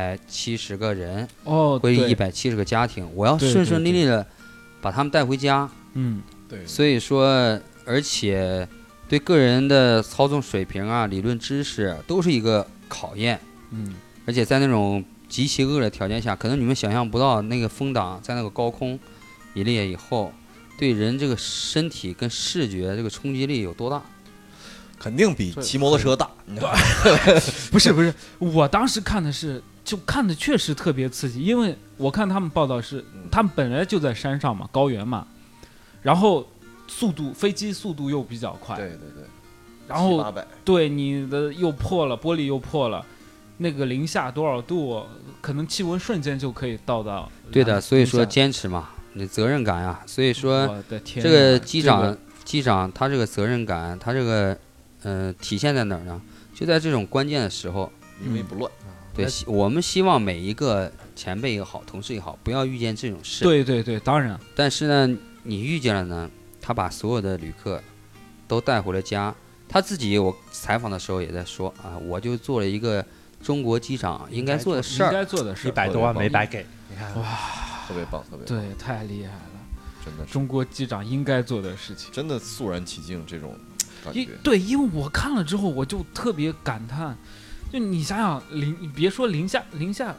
170个人或者170个家庭，我要顺顺利利的把他们带回家。 对。 所以说，而且对个人的操纵水平啊、理论知识都是一个考验。而且在那种极其恶劣条件下，可能你们想象不到那个风挡在那个高空一裂以后，对人这个身体跟视觉这个冲击力有多大。 肯定比骑摩托车大。 不是，我当时看的确实特别刺激，因为我看他们报道是，他们本来就在山上嘛，高原嘛，然后飞机速度又比较快， 对， 然后对你的玻璃又破了，那个零下多少度，可能气温瞬间就可以到达。 对的，所以说坚持嘛，你责任感呀，所以说这个机长他这个责任感，他这个。体现在哪儿呢？就在这种关键的时候， 临危不乱。 对，我们希望每一个前辈也好，同事也好，不要遇见这种事。 对，当然。 但是呢，你遇见了呢，他把所有的旅客都带回了家。他自己，我采访的时候也在说啊，我就做了一个中国机长应该做的事儿 ，100多万没白给。你看， 哇， 特别棒， 对，太厉害了， 真的， 中国机长应该做的事情， 真的肃然起敬这种。 对，因为我看了之后，我就特别感叹，就你想想你别说零下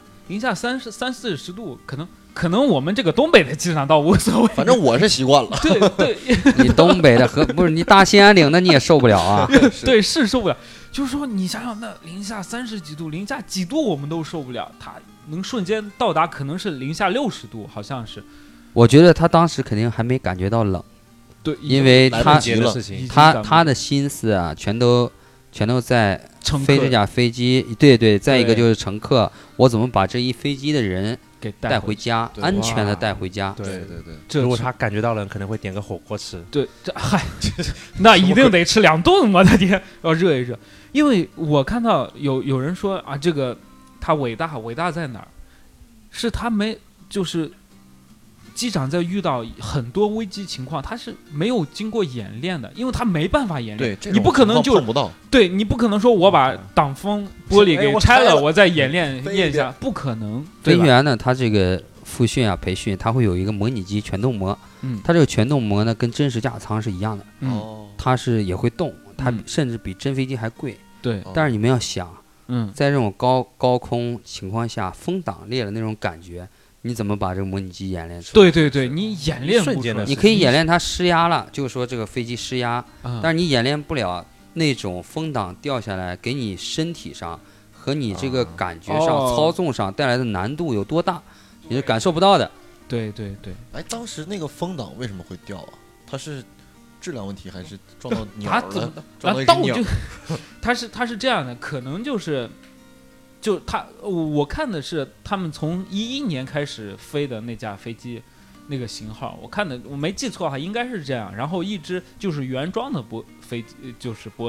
30-40度，可能我们这个东北的机场倒无所谓， 反正我是习惯了。 对， 你东北的不是你大兴安岭的你也受不了啊。 对，是受不了。就是说，你想想那零下30几度、零下几度我们都受不了，它能瞬间到达可能是零下60度，好像是。 我觉得他当时肯定还没感觉到冷。 对， 因为他的心思啊，全都在飞这架飞机。对，再一个就是乘客，我怎么把这一飞机的人给带回家，安全的带回家。 对， 如果他感觉到冷，可能会点个火锅吃。 对，那一定得吃2顿，我的天，要热一热。因为我看到有人说啊，这个他伟大在哪儿？是他没就是。机长在遇到很多危机情况，他是没有经过演练的，因为他没办法演练。 对， 你不可能就碰不到。 对，你不可能说我把挡风玻璃给拆了，我再演练一下，不可能。 飞行员呢，他这个复训啊、培训，他会有一个模拟机全动模。他这个全动模呢，跟真实驾驶舱是一样的。它是也会动，它甚至比真飞机还贵。 对， 但是你们要想，在这种高空情况下，风挡裂了那种感觉。你怎么把这个模拟机演练出来？ 对，你演练不出来， 你可以演练它施压了，就是说这个飞机施压，但是你演练不了那种风挡掉下来给你身体上和你这个感觉上、操纵上带来的难度有多大，你是感受不到的。 对。 哎，当时那个风挡为什么会掉啊？它是质量问题还是撞到鸟了？撞到一只鸟？ 它是这样的，可能就是。我看的是他们从2011年开始飞的那架飞机，那个型号，我没记错的话应该是这样。然后一直就是原装的飞机就是玻璃，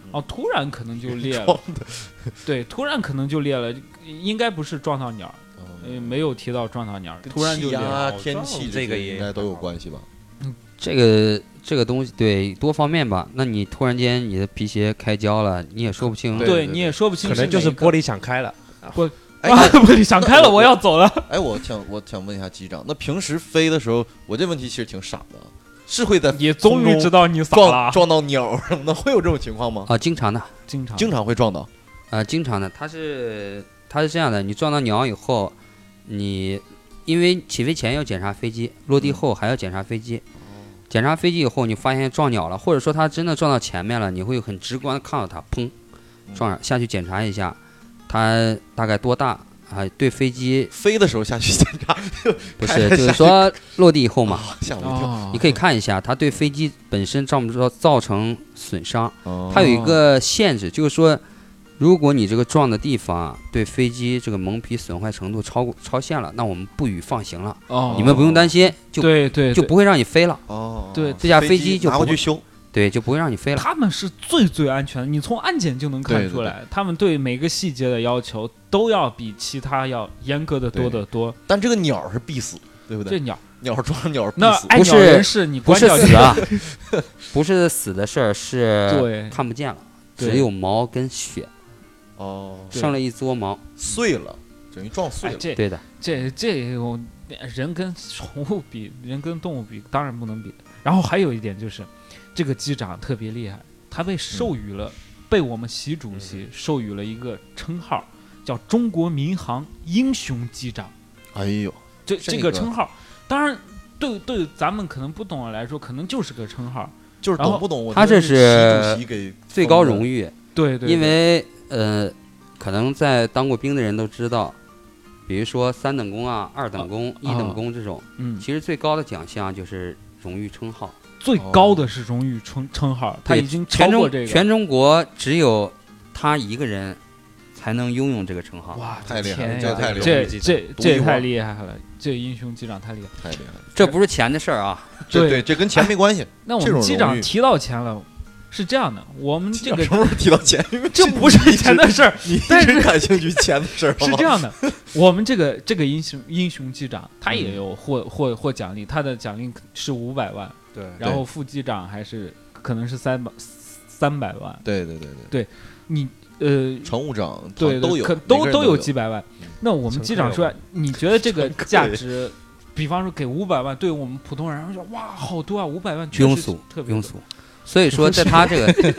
哦，突然可能就裂了撞，的， 对，突然可能就裂了，应该不是撞到鸟儿，没有提到撞到鸟儿，突然就裂了。 气压、 了天气这个也应该都有关系吧？ 这个东西对多方面吧。那你突然间你的皮鞋开胶了，你也说不清。 对你也说不清可能就是哪一个玻璃想开了。 哎玻璃想开了，我要走了。 哎，我想问一下机长，那平时飞的时候，我这问题其实挺傻的，是会在你终于知道你傻了， 撞到鸟什么的，会有这种情况吗？ 啊，经常的， 经常会撞到。 经常的。它是这样的，你撞到鸟以后，你因为起飞前要检查飞机，落地后还要检查飞机。检查飞机以后，你发现撞鸟了，或者说它真的撞到前面了，你会很直观的看到它，砰，撞上，下去检查一下，它大概多大啊？对飞机飞的时候下去检查， 不是，就是说落地以后嘛， 吓我一跳。 你可以看一下它对飞机本身造成损伤。 哦它有一个限制，就是说，如果你这个撞的地方对飞机这个蒙皮损坏程度超限了，那我们不予放行了。 哦， 你们不用担心， 对， 就不会让你飞了。 哦， 对这架飞机就不会拿过去修。 对，就不会让你飞了。 他们是最安全的，你从安检就能看出来，他们对每个细节的要求都要比其他要严格的多得多。 但这个鸟是必死，对不对？ 这鸟撞上鸟必死。 那爱鸟人士你不是关死啊，不是死的事儿，是对看不见了， 对只有毛跟血， 哦， 剩了一撮毛， 碎了，等于撞碎了。 对的。 这人跟宠物比，人跟动物比，当然不能比。然后还有一点就是，这个机长特别厉害，他被授予了，被我们习主席授予了一个称号，叫中国民航英雄机长。 哎呦， 这个称号，当然对咱们可能不懂的来说，可能就是个称号， 就是懂不懂？ 他这是习主席给最高荣誉。 对， 因为可能在当过兵的人都知道，比如说3等功啊、2等功、1等功这种，其实最高的奖项就是荣誉称号。 最高的是荣誉称号，他已经超过这个。 全中国只有他一个人才能拥有这个称号。 哇， 太厉害了， 这太厉害了， 这太厉害了，这英雄机长太厉害， 太厉害了。 这不是钱的事儿啊， 对， 这跟钱没关系。 那我们机长提到钱了，是这样的，我们这个什么时候提到钱？ 这不是钱的事儿， 你一直感兴趣钱的事儿。 是这样的，我们这个英雄机长他也有获奖励，他的奖励是500万。 对， 然后副机长还是可能是300万。 对， 你乘务长对都有都有几百万。那我们机长说，你觉得这个价值，比方说给500万，对我们普通人说哇好多啊，500万确实特别庸俗。所以说在他这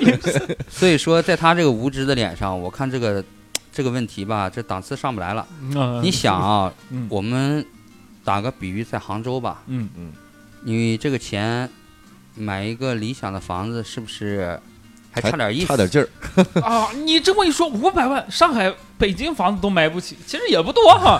个无知的脸上，我看这个问题吧，这档次上不来了。你想啊，我们打个比喻，在杭州吧，你这个钱买一个理想的房子，是不是还差点意思？ 差点劲儿啊！你这么一说，500万，上海、北京房子都买不起，其实也不多哈。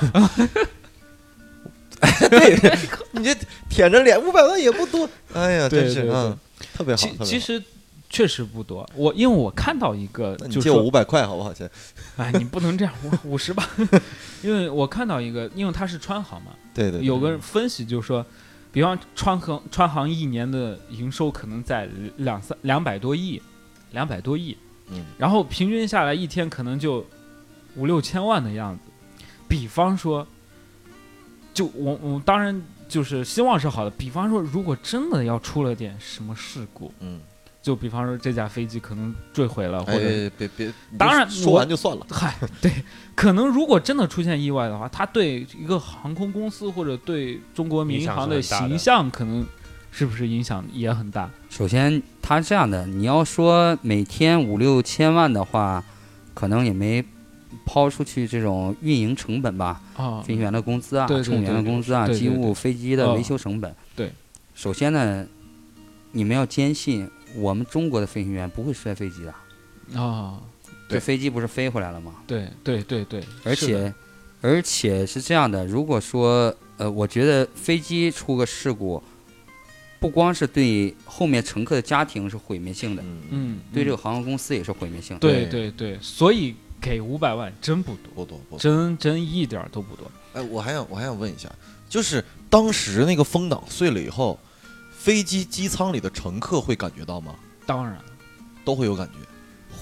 对，你这舔着脸，500万也不多。哎呀，真是特别好。 其实确实不多。因为我看到一个， 你借我500块好不好？先， 哎，你不能这样，50吧。因为我看到一个，因为他是川航嘛， 对， 有个分析就是说。比方川航一年的营收可能在200多亿，然后平均下来一天可能就5-6千万的样子。比方说，就我当然就是希望是好的。比方说，如果真的要出了点什么事故，就比方说这架飞机可能坠毁了，或者别， 当然说完就算了。 嗨，对，可能如果真的出现意外的话，它对一个航空公司或者对中国民航的形象，可能是不是影响也很大？ 首先，它这样的，你要说每天5-6千万的话，可能也没抛出去这种运营成本吧，飞行员的工资啊，乘务员的工资啊，机务飞机的维修成本。 对， 首先呢，你们要坚信。我们中国的飞行员不会摔飞机的这飞机不是飞回来了吗？ 对， 而且是这样的，如果说我觉得飞机出个事故，不光是对后面乘客的家庭是毁灭性的，对这个航空公司也是毁灭性的。 对，所以给500万真不多，真一点都不多。 哎，我还想问一下，就是当时那个风挡碎了以后。飞机机舱里的乘客会感觉到吗？ 当然， 都会有感觉。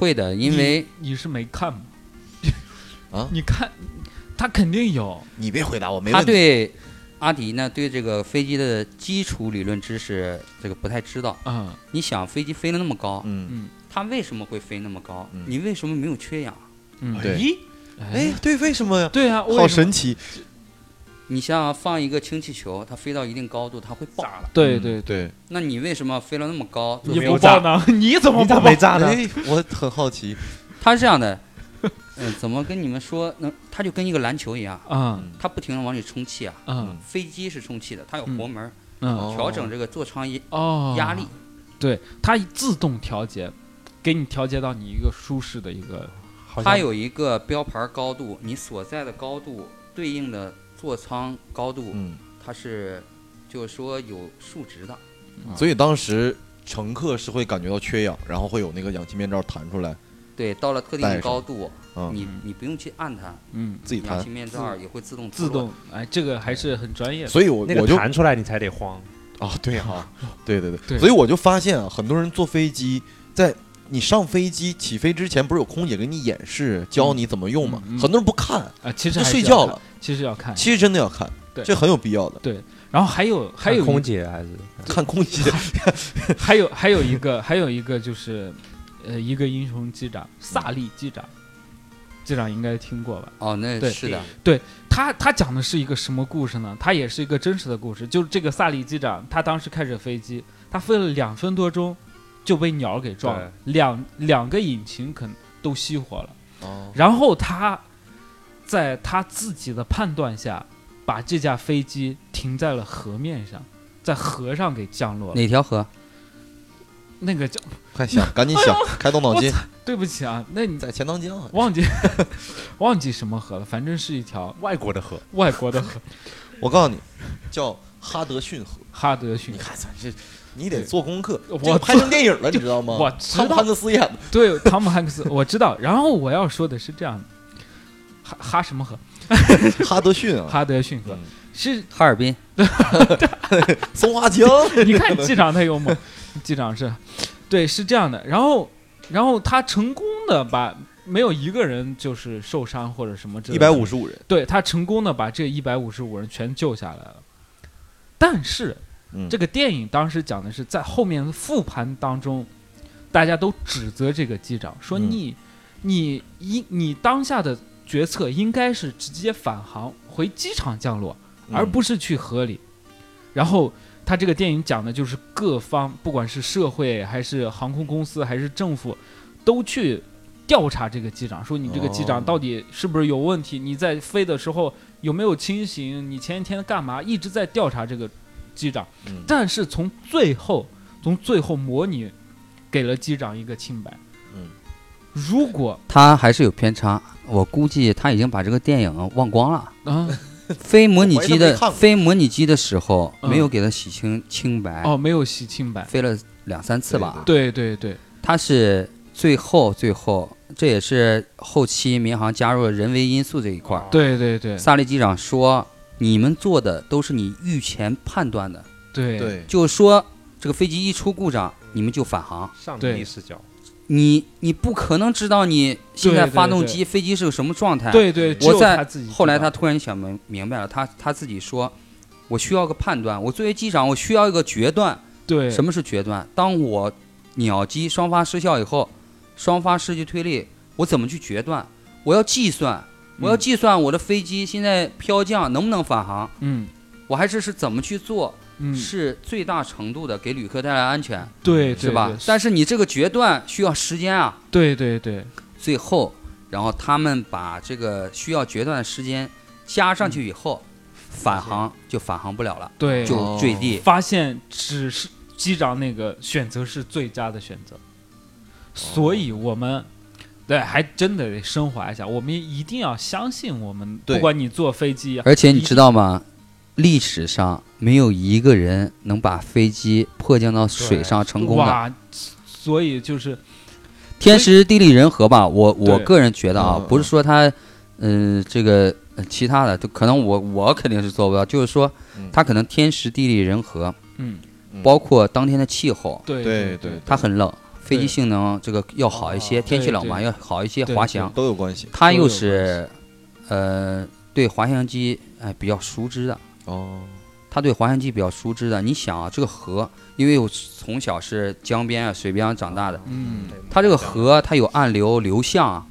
会的，因为你是没看吗？ 啊你看，他肯定有。 你别回答我，没他问题。 对阿迪呢对这个飞机的基础理论知识这个不太知道。你想飞机飞得那么高，它为什么会飞那么高？你为什么没有缺氧？ 对，哎，对，为什么呀？ 对啊， 好神奇。 你像放一个氢气球，它飞到一定高度，它会爆了。 对对对， 那你为什么飞了那么高？ 你不爆呢？你怎么没炸呢？ 哎，我很好奇。 它是这样的，怎么跟你们说？它就跟一个篮球一样，它不停的往里充气啊。飞机是充气的，它有活门，调整这个座舱压力。 对，它自动调节，给你调节到你一个舒适的一个。 它有一个标牌高度，你所在的高度对应的座舱高度，它是就是说有数值的。 所以当时乘客是会感觉到缺氧，然后会有那个氧气面罩弹出来。 对，到了特定的高度，你不用去按它， 自己弹， 氧气面罩也会自动。 哎，这个还是很专业的。 所以我就弹出来你才得慌啊！对啊，对。所以我就发现啊，很多人坐飞机，在你上飞机起飞之前，不是有空姐给你演示，教你怎么用吗？很多人不看啊，其实就睡觉了。 其实要看， 其实真的要看，这很有必要的。 对，然后还有空姐还是看空姐， 还有一个就是一个英雄机长萨利机长应该听过吧？ 哦，那是的。 对，他讲的是一个什么故事呢？他也是一个真实的故事，就是这个萨利机长，他当时开着飞机，他飞了2分多钟就被鸟给撞了，两个引擎可能都熄火了。然后他在他自己的判断下，把这架飞机停在了河面上，在河上给降落了。 哪条河？ 那个叫快想，赶紧想，开动脑筋。 对不起啊，那你在钱塘江忘记什么河了，反正是一条外国的河。 我告诉你，叫哈德逊河。 哈德逊， 你看这。你得做功课， 我拍成电影了，你知道吗？ 我知道汤姆汉克斯演的。 对，汤姆汉克斯，我知道。然后我要说的是这样的，哈什么河？ 哈德逊啊， 哈德逊河是哈尔滨， 松花江。 你看机长太幽默，机长是这样的。然后他成功的把没有一个人就是受伤或者什么之类的 ，155人。 对，他成功的把这155人全救下来了，但是。这个电影当时讲的是在后面的复盘当中，大家都指责这个机长说你当下的决策应该是直接返航回机场降落，而不是去河里。然后他这个电影讲的就是各方，不管是社会还是航空公司还是政府，都去调查这个机长，说你这个机长到底是不是有问题？你在飞的时候有没有清醒？你前一天干嘛？一直在调查这个机长，但是从最后模拟给了机长一个清白。如果他还是有偏差，我估计他已经把这个电影忘光了啊。飞模拟机的时候没有给他洗清白没有洗清白， 飞了2-3次吧。 对， 他是最后，这也是后期民航加入了人为因素这一块。 对， 萨利机长说。你们做的都是你预前判断的， 对， 就是说这个飞机一出故障，你们就返航。 上帝视角， 你不可能知道你现在发动机飞机是个什么状态。 对， 后来他突然想明白了，他自己说，我需要个判断，我作为机长，我需要一个决断。 对， 什么是决断？当我鸟机双发失效以后，双发失去推力，我怎么去决断？我要计算我的飞机现在飘降能不能返航？我还是怎么去做？是最大程度的给旅客带来安全， 对， 是吧？但是你这个决断需要时间啊。 对。 最后，然后他们把这个需要决断的时间加上去以后，返航就返航不了了， 对， 就坠地。 发现只是机长那个选择是最佳的选择，所以我们。对，还真的得升华一下。我们一定要相信我们，不管你坐飞机， 而且你知道吗？历史上没有一个人能把飞机迫降到水上成功的。 哇，所以就是天时地利人和吧。我个人觉得啊，不是说他，这个其他的，可能我肯定是做不到。就是说，他可能天时地利人和，包括当天的气候， 对， 它很冷。 飞机性能这个要好一些，天气冷嘛要好一些，滑翔都有关系。 它又是对滑翔机比较熟知的它对滑翔机比较熟知的。你想啊，这个河，因为我从小是江边啊、水边长大的，它这个河它有暗流流向啊，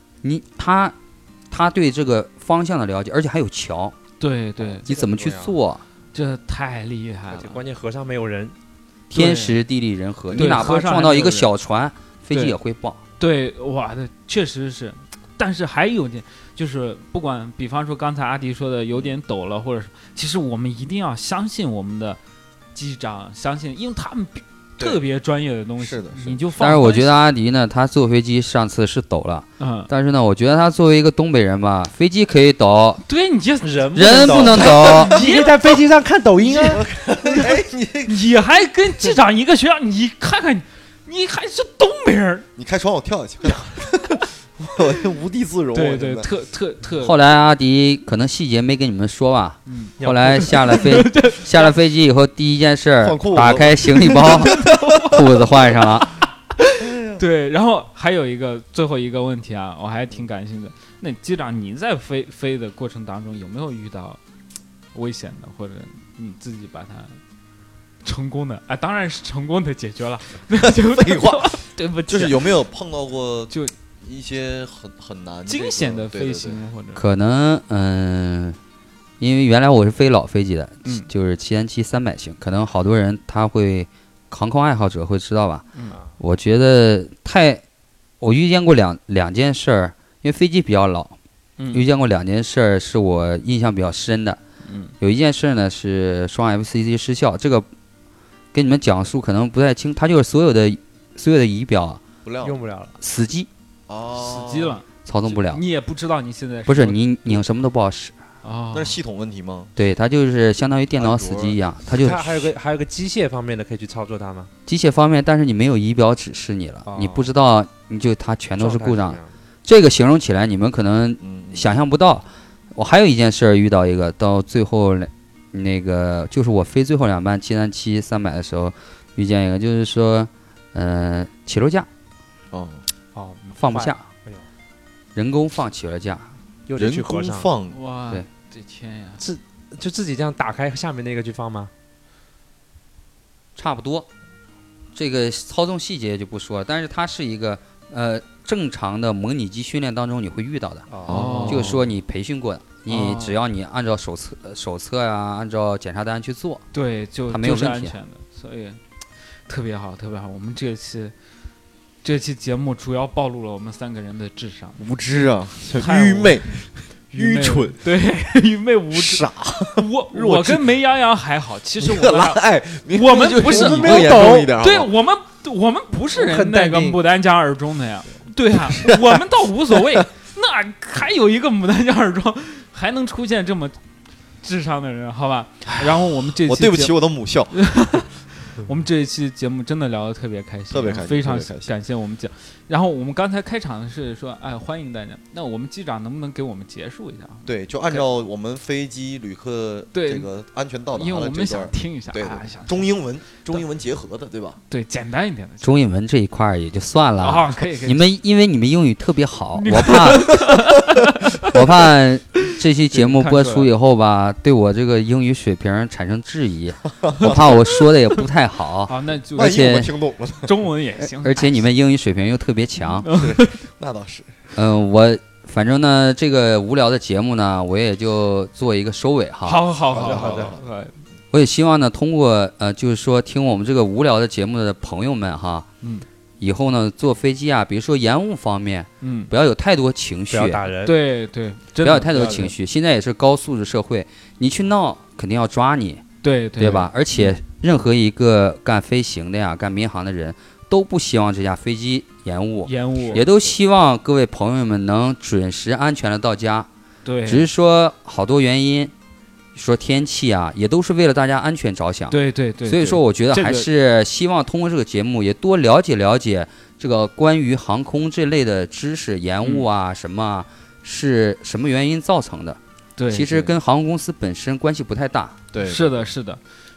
他对这个方向的了解，而且还有桥， 对， 你怎么去做？ 这太厉害了。 关键河上没有人， 天时地利人和，你哪怕撞到一个小船，飞机也会爆。 对，哇，的确实是。但是还有点，就是不管，比方说刚才阿迪说的有点陡了，或者是，其实我们一定要相信我们的机长，相信，因为他们特别专业的东西。 是的， 你就放。 但是我觉得阿迪呢，他坐飞机上次是抖了，但是呢，我觉得他作为一个东北人吧，飞机可以抖， 对，你这人不能抖。 你可以在飞机上看抖音啊。 你还跟机长一个学校，你看看你还是东北人， 你开窗我跳下去，我无地自容。 对，特。 后来阿迪可能细节没跟你们说吧，后来下了飞机以后，第一件事打开行李包，裤子换上了。 对，然后还有最后一个问题啊，我还挺感兴趣的。那机长你在飞的过程当中有没有遇到危险的，或者你自己把它成功的当然是成功的解决了。 废话， 对不起， 就是有没有碰到过就一些很难惊险的飞行，或者可能因为原来我是飞老飞机的，就是737 300型，可能好多人他会航空爱好者会知道吧。我觉得我遇见过两件事儿，因为飞机比较老，遇见过2件事儿是我印象比较深的。有一件事呢是双 FCC 失效，这个跟你们讲述可能不太清，它就是所有的仪表用不了了， 死机了， 操纵不了， 你也不知道你现在不是你拧什么都不好使。 那是系统问题吗？ 对，它就是相当于电脑死机一样，它还有个机械方面的可以去操作它吗？ 机械方面，但是你没有仪表指示你了，你不知道，它全都是故障。这个形容起来你们可能想象不到。我还有一件事遇到一个，到最后那个就是我飞最后2班737 300的时候遇见一个，就是说起落架放不下，人工放起落架， 人工放， 哇， 对， 这天呀， 就自己这样打开下面那个去放吗？ 差不多，这个操纵细节就不说了，但是它是一个正常的模拟机训练当中你会遇到的，就是说你培训过的，你只要你按照手册啊，按照检查单去做， 对，它没有问题， 安全的，所以特别好，特别好。我们这期节目主要暴露了我们3个人的智商无知啊，愚昧。愚蠢， 对，愚昧无知， 傻。 我跟梅洋洋还好，其实我们不是没有懂， 对我们不是人那个牡丹江二中的呀，对啊，我们倒无所谓。那还有一个牡丹江二中还能出现这么智商的人，好吧？然后我们这期我对不起我的母校。 我们这一期节目真的聊得特别开心， 特别开心， 非常感谢我们讲。然后我们刚才开场的是说，欢迎大家。那我们机长能不能给我们结束一下？ 对，就按照我们飞机旅客这个安全到达的这段， 因为我们想听一下， 对，中英文结合的，对吧？ 对，简单一点的。 中英文这一块也就算了， 可以。 因为你们英语特别好，我怕这期节目播出以后吧，对我这个英语水平产生质疑，我怕我说的也不太好。 好，那就而且中文也行。 而且你们英语水平又特别强， 那倒是。 我反正呢，这个无聊的节目呢，我也就做一个收尾哈。 好的。 我也希望呢，通过就是说听我们这个无聊的节目的朋友们哈，以后呢坐飞机啊，比如说延误方面，不要有太多情绪， 不要打人， 对， 不要有太多情绪。现在也是高素质社会，你去闹肯定要抓你，对吧？而且任何一个干飞行的呀、干民航的人都不希望这架飞机延误，也都希望各位朋友们能准时安全的到家。 对， 只是说好多原因。说天气啊，也都是为了大家安全着想。 对， 所以说我觉得还是希望通过这个节目也多了解这个关于航空这类的知识，延误啊什么是什么原因造成的。 对， 其实跟航空公司本身关系不太大。 对， 是的，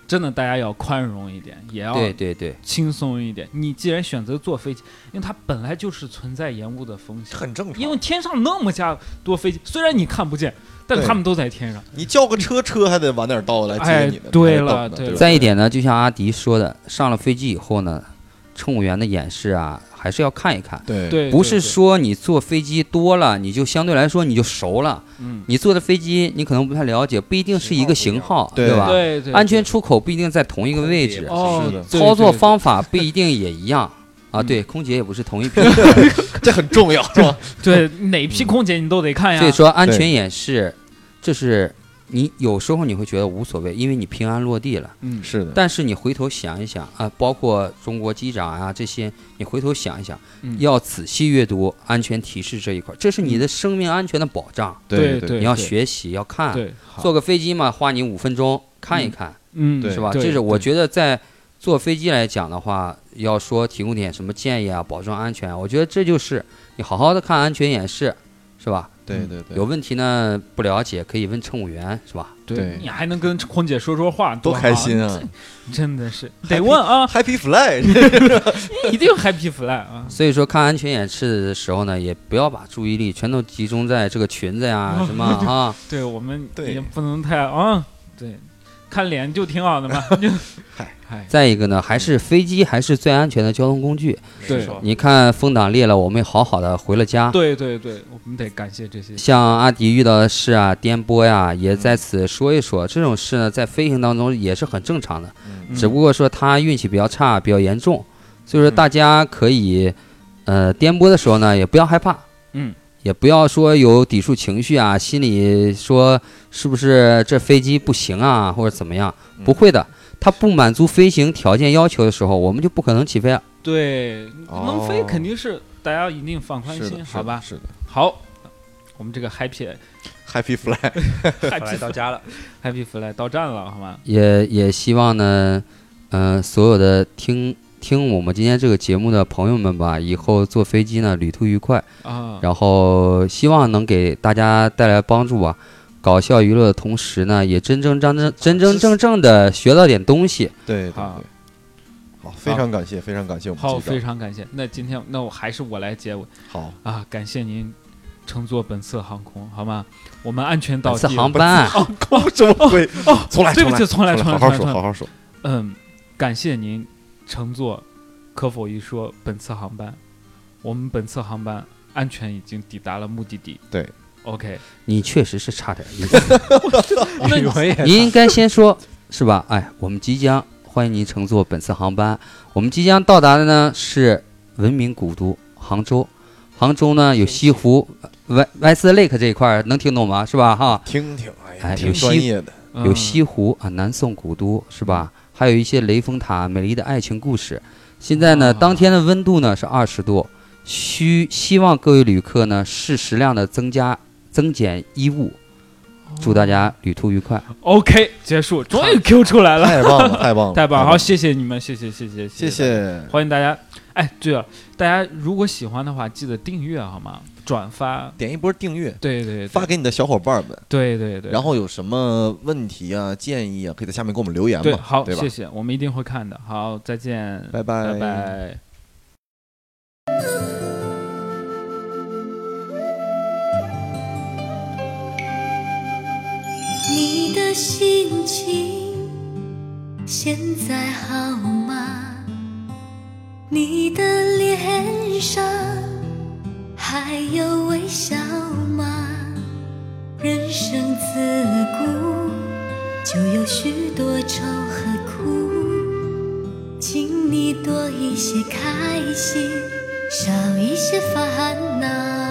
真的大家要宽容一点，也要对， 轻松一点。你既然选择坐飞机，因为它本来就是存在延误的风险， 很正常。 因为天上那么加多飞机，虽然你看不见，但是他们都在天上。 你叫个车还得晚点到来接你的。 对了，对。 再一点呢，就像阿迪说的，上了飞机以后呢，乘务员的演示啊，还是要看一看。 对， 不是说你坐飞机多了，你就相对来说你就熟了。你坐的飞机你可能不太了解，不一定是一个型号，对吧？ 对， 安全出口不一定在同一个位置， 是的， 操作方法不一定也一样啊。对，空姐也不是同一批， 这很重要，是吧？ 对，哪批空姐你都得看呀。 所以说安全演示，这是你有时候你会觉得无所谓，因为你平安落地了。 是的。 但是你回头想一想啊，包括中国机长啊这些，你回头想一想，要仔细阅读安全提示这一块，这是你的生命安全的保障。 对， 你要学习，要看。坐个飞机嘛，花你5分钟看一看，是吧？这是我觉得在坐飞机来讲的话，要说提供点什么建议啊，保证安全，我觉得这就是你好好的看安全演示，是吧？ 对， 有问题呢不了解可以问乘务员，是吧？ 对，你还能跟空姐说话， 多开心啊！ 真的是得问啊 ，Happy Fly， 一定 Happy Fly 啊！ 所以说看安全演示的时候呢，也不要把注意力全都集中在这个裙子呀什么啊。 对，我们也不能太对。看脸就挺好的嘛。 再一个呢，还是飞机还是最安全的交通工具。 对， 你看风挡裂了，我们好好的回了家。 对，我们得感谢这些。 像阿迪遇到的事啊，颠簸呀，也在此说一说。这种事呢，在飞行当中也是很正常的，只不过说他运气比较差，比较严重。所以说大家可以，颠簸的时候呢，也不要害怕。也不要说有抵触情绪啊，心里说是不是这飞机不行啊，或者怎么样？不会的，它不满足飞行条件要求的时候，我们就不可能起飞了。 对，能飞肯定是大家一定放宽心，好吧？ 是的。 好，我们这个 Happy Fly 到家了 ，Happy Fly 到站了，好吗？ 也希望呢，所有的听我们今天这个节目的朋友们吧，以后坐飞机呢旅途愉快啊！然后希望能给大家带来帮助吧，搞笑娱乐的同时呢，也真正的学到点东西。 对，好，非常感谢，非常感谢我们。 好，非常感谢。那今天我还是我来结尾。 好啊，感谢您乘坐本次航空，好吗？我们安全到地。本次航班航空什么鬼？重来， 对不起，重来， 好好说。 感谢您乘坐可否一说本次航班，我们本次航班安全已经抵达了目的地。 对 ，OK， 你确实是差点意思。你应该先说是吧？我们即将欢迎您乘坐本次航班，我们即将到达的呢是文明古都杭州。杭州呢有西湖、West Lake 这一块，能听懂吗？是吧？哈， 听， 有专业的， 有西湖啊，南宋古都是吧？还有一些雷峰塔、美丽的爱情故事。现在呢，当天的温度呢是20度，希望各位旅客呢适时量的增减衣物。祝大家旅途愉快。 OK， 结束，终于 Q 出来了， 太棒了，太棒了， 太棒了！好，谢谢你们，谢谢，欢迎大家。对了，大家如果喜欢的话，记得订阅好吗？转发， 点一波订阅， 对， 发给你的小伙伴们， 对。 然后有什么问题啊、建议啊，可以在下面给我们留言嘛。 对，好， 对吧？ 谢谢，我们一定会看的。好，再见， 拜拜， 拜拜。 你的心情现在好吗？你的脸上还有微笑吗？人生自古就有许多愁和苦，请你多一些开心，少一些烦恼。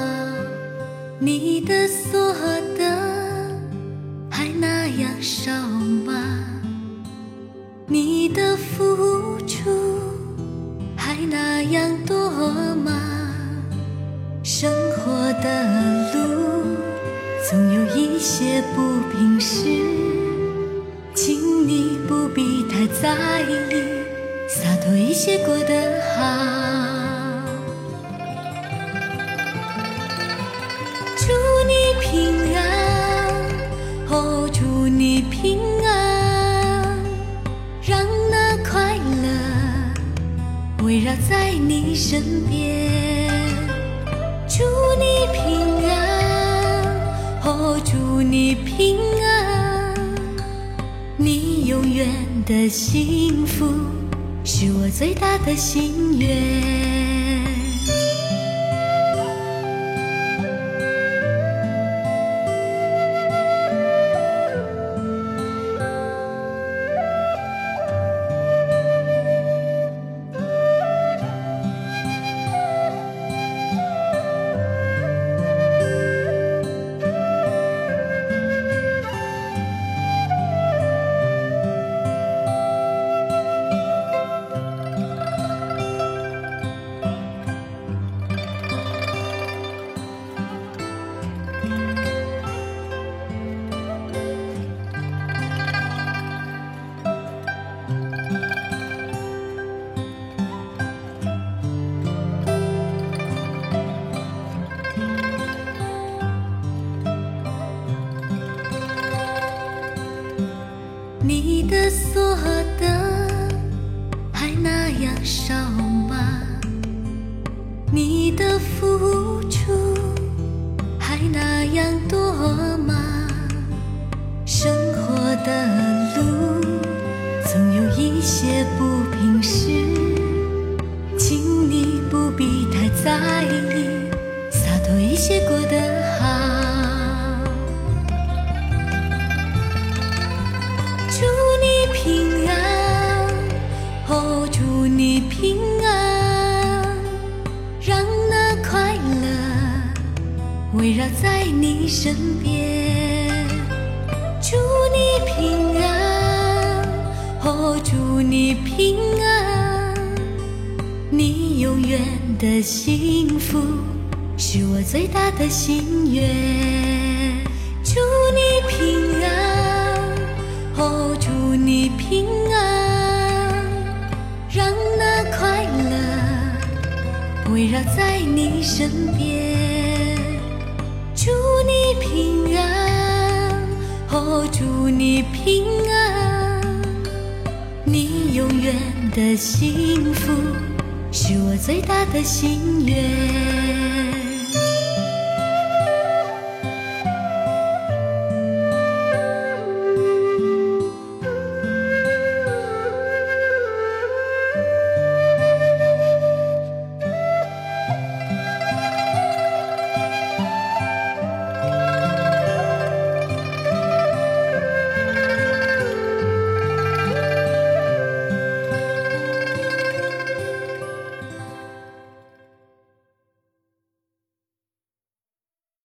你的所得还那样少吗？你的付出还那样多吗？生活的路总有一些不平事，请你不必太在意，洒脱一些过得好。祝你平安，哦，祝你平安， 绕在你身边。祝你平安，哦，祝你平安，你永远的幸福是我最大的心愿。你的所得还那样少吗？你的付出还那样多吗？生活的路总有一些不平事，请你不必太在意，洒脱一些过得好。祝你平安，哦，祝你平安，让那快乐围绕在你身边。祝你平安，哦，祝你平安，你永远的幸福是我最大的心愿。祝你平安，哦，祝你平安，让那快乐围绕在你身边。祝你平安，哦，祝你平安，你永远的幸福是我最大的心愿。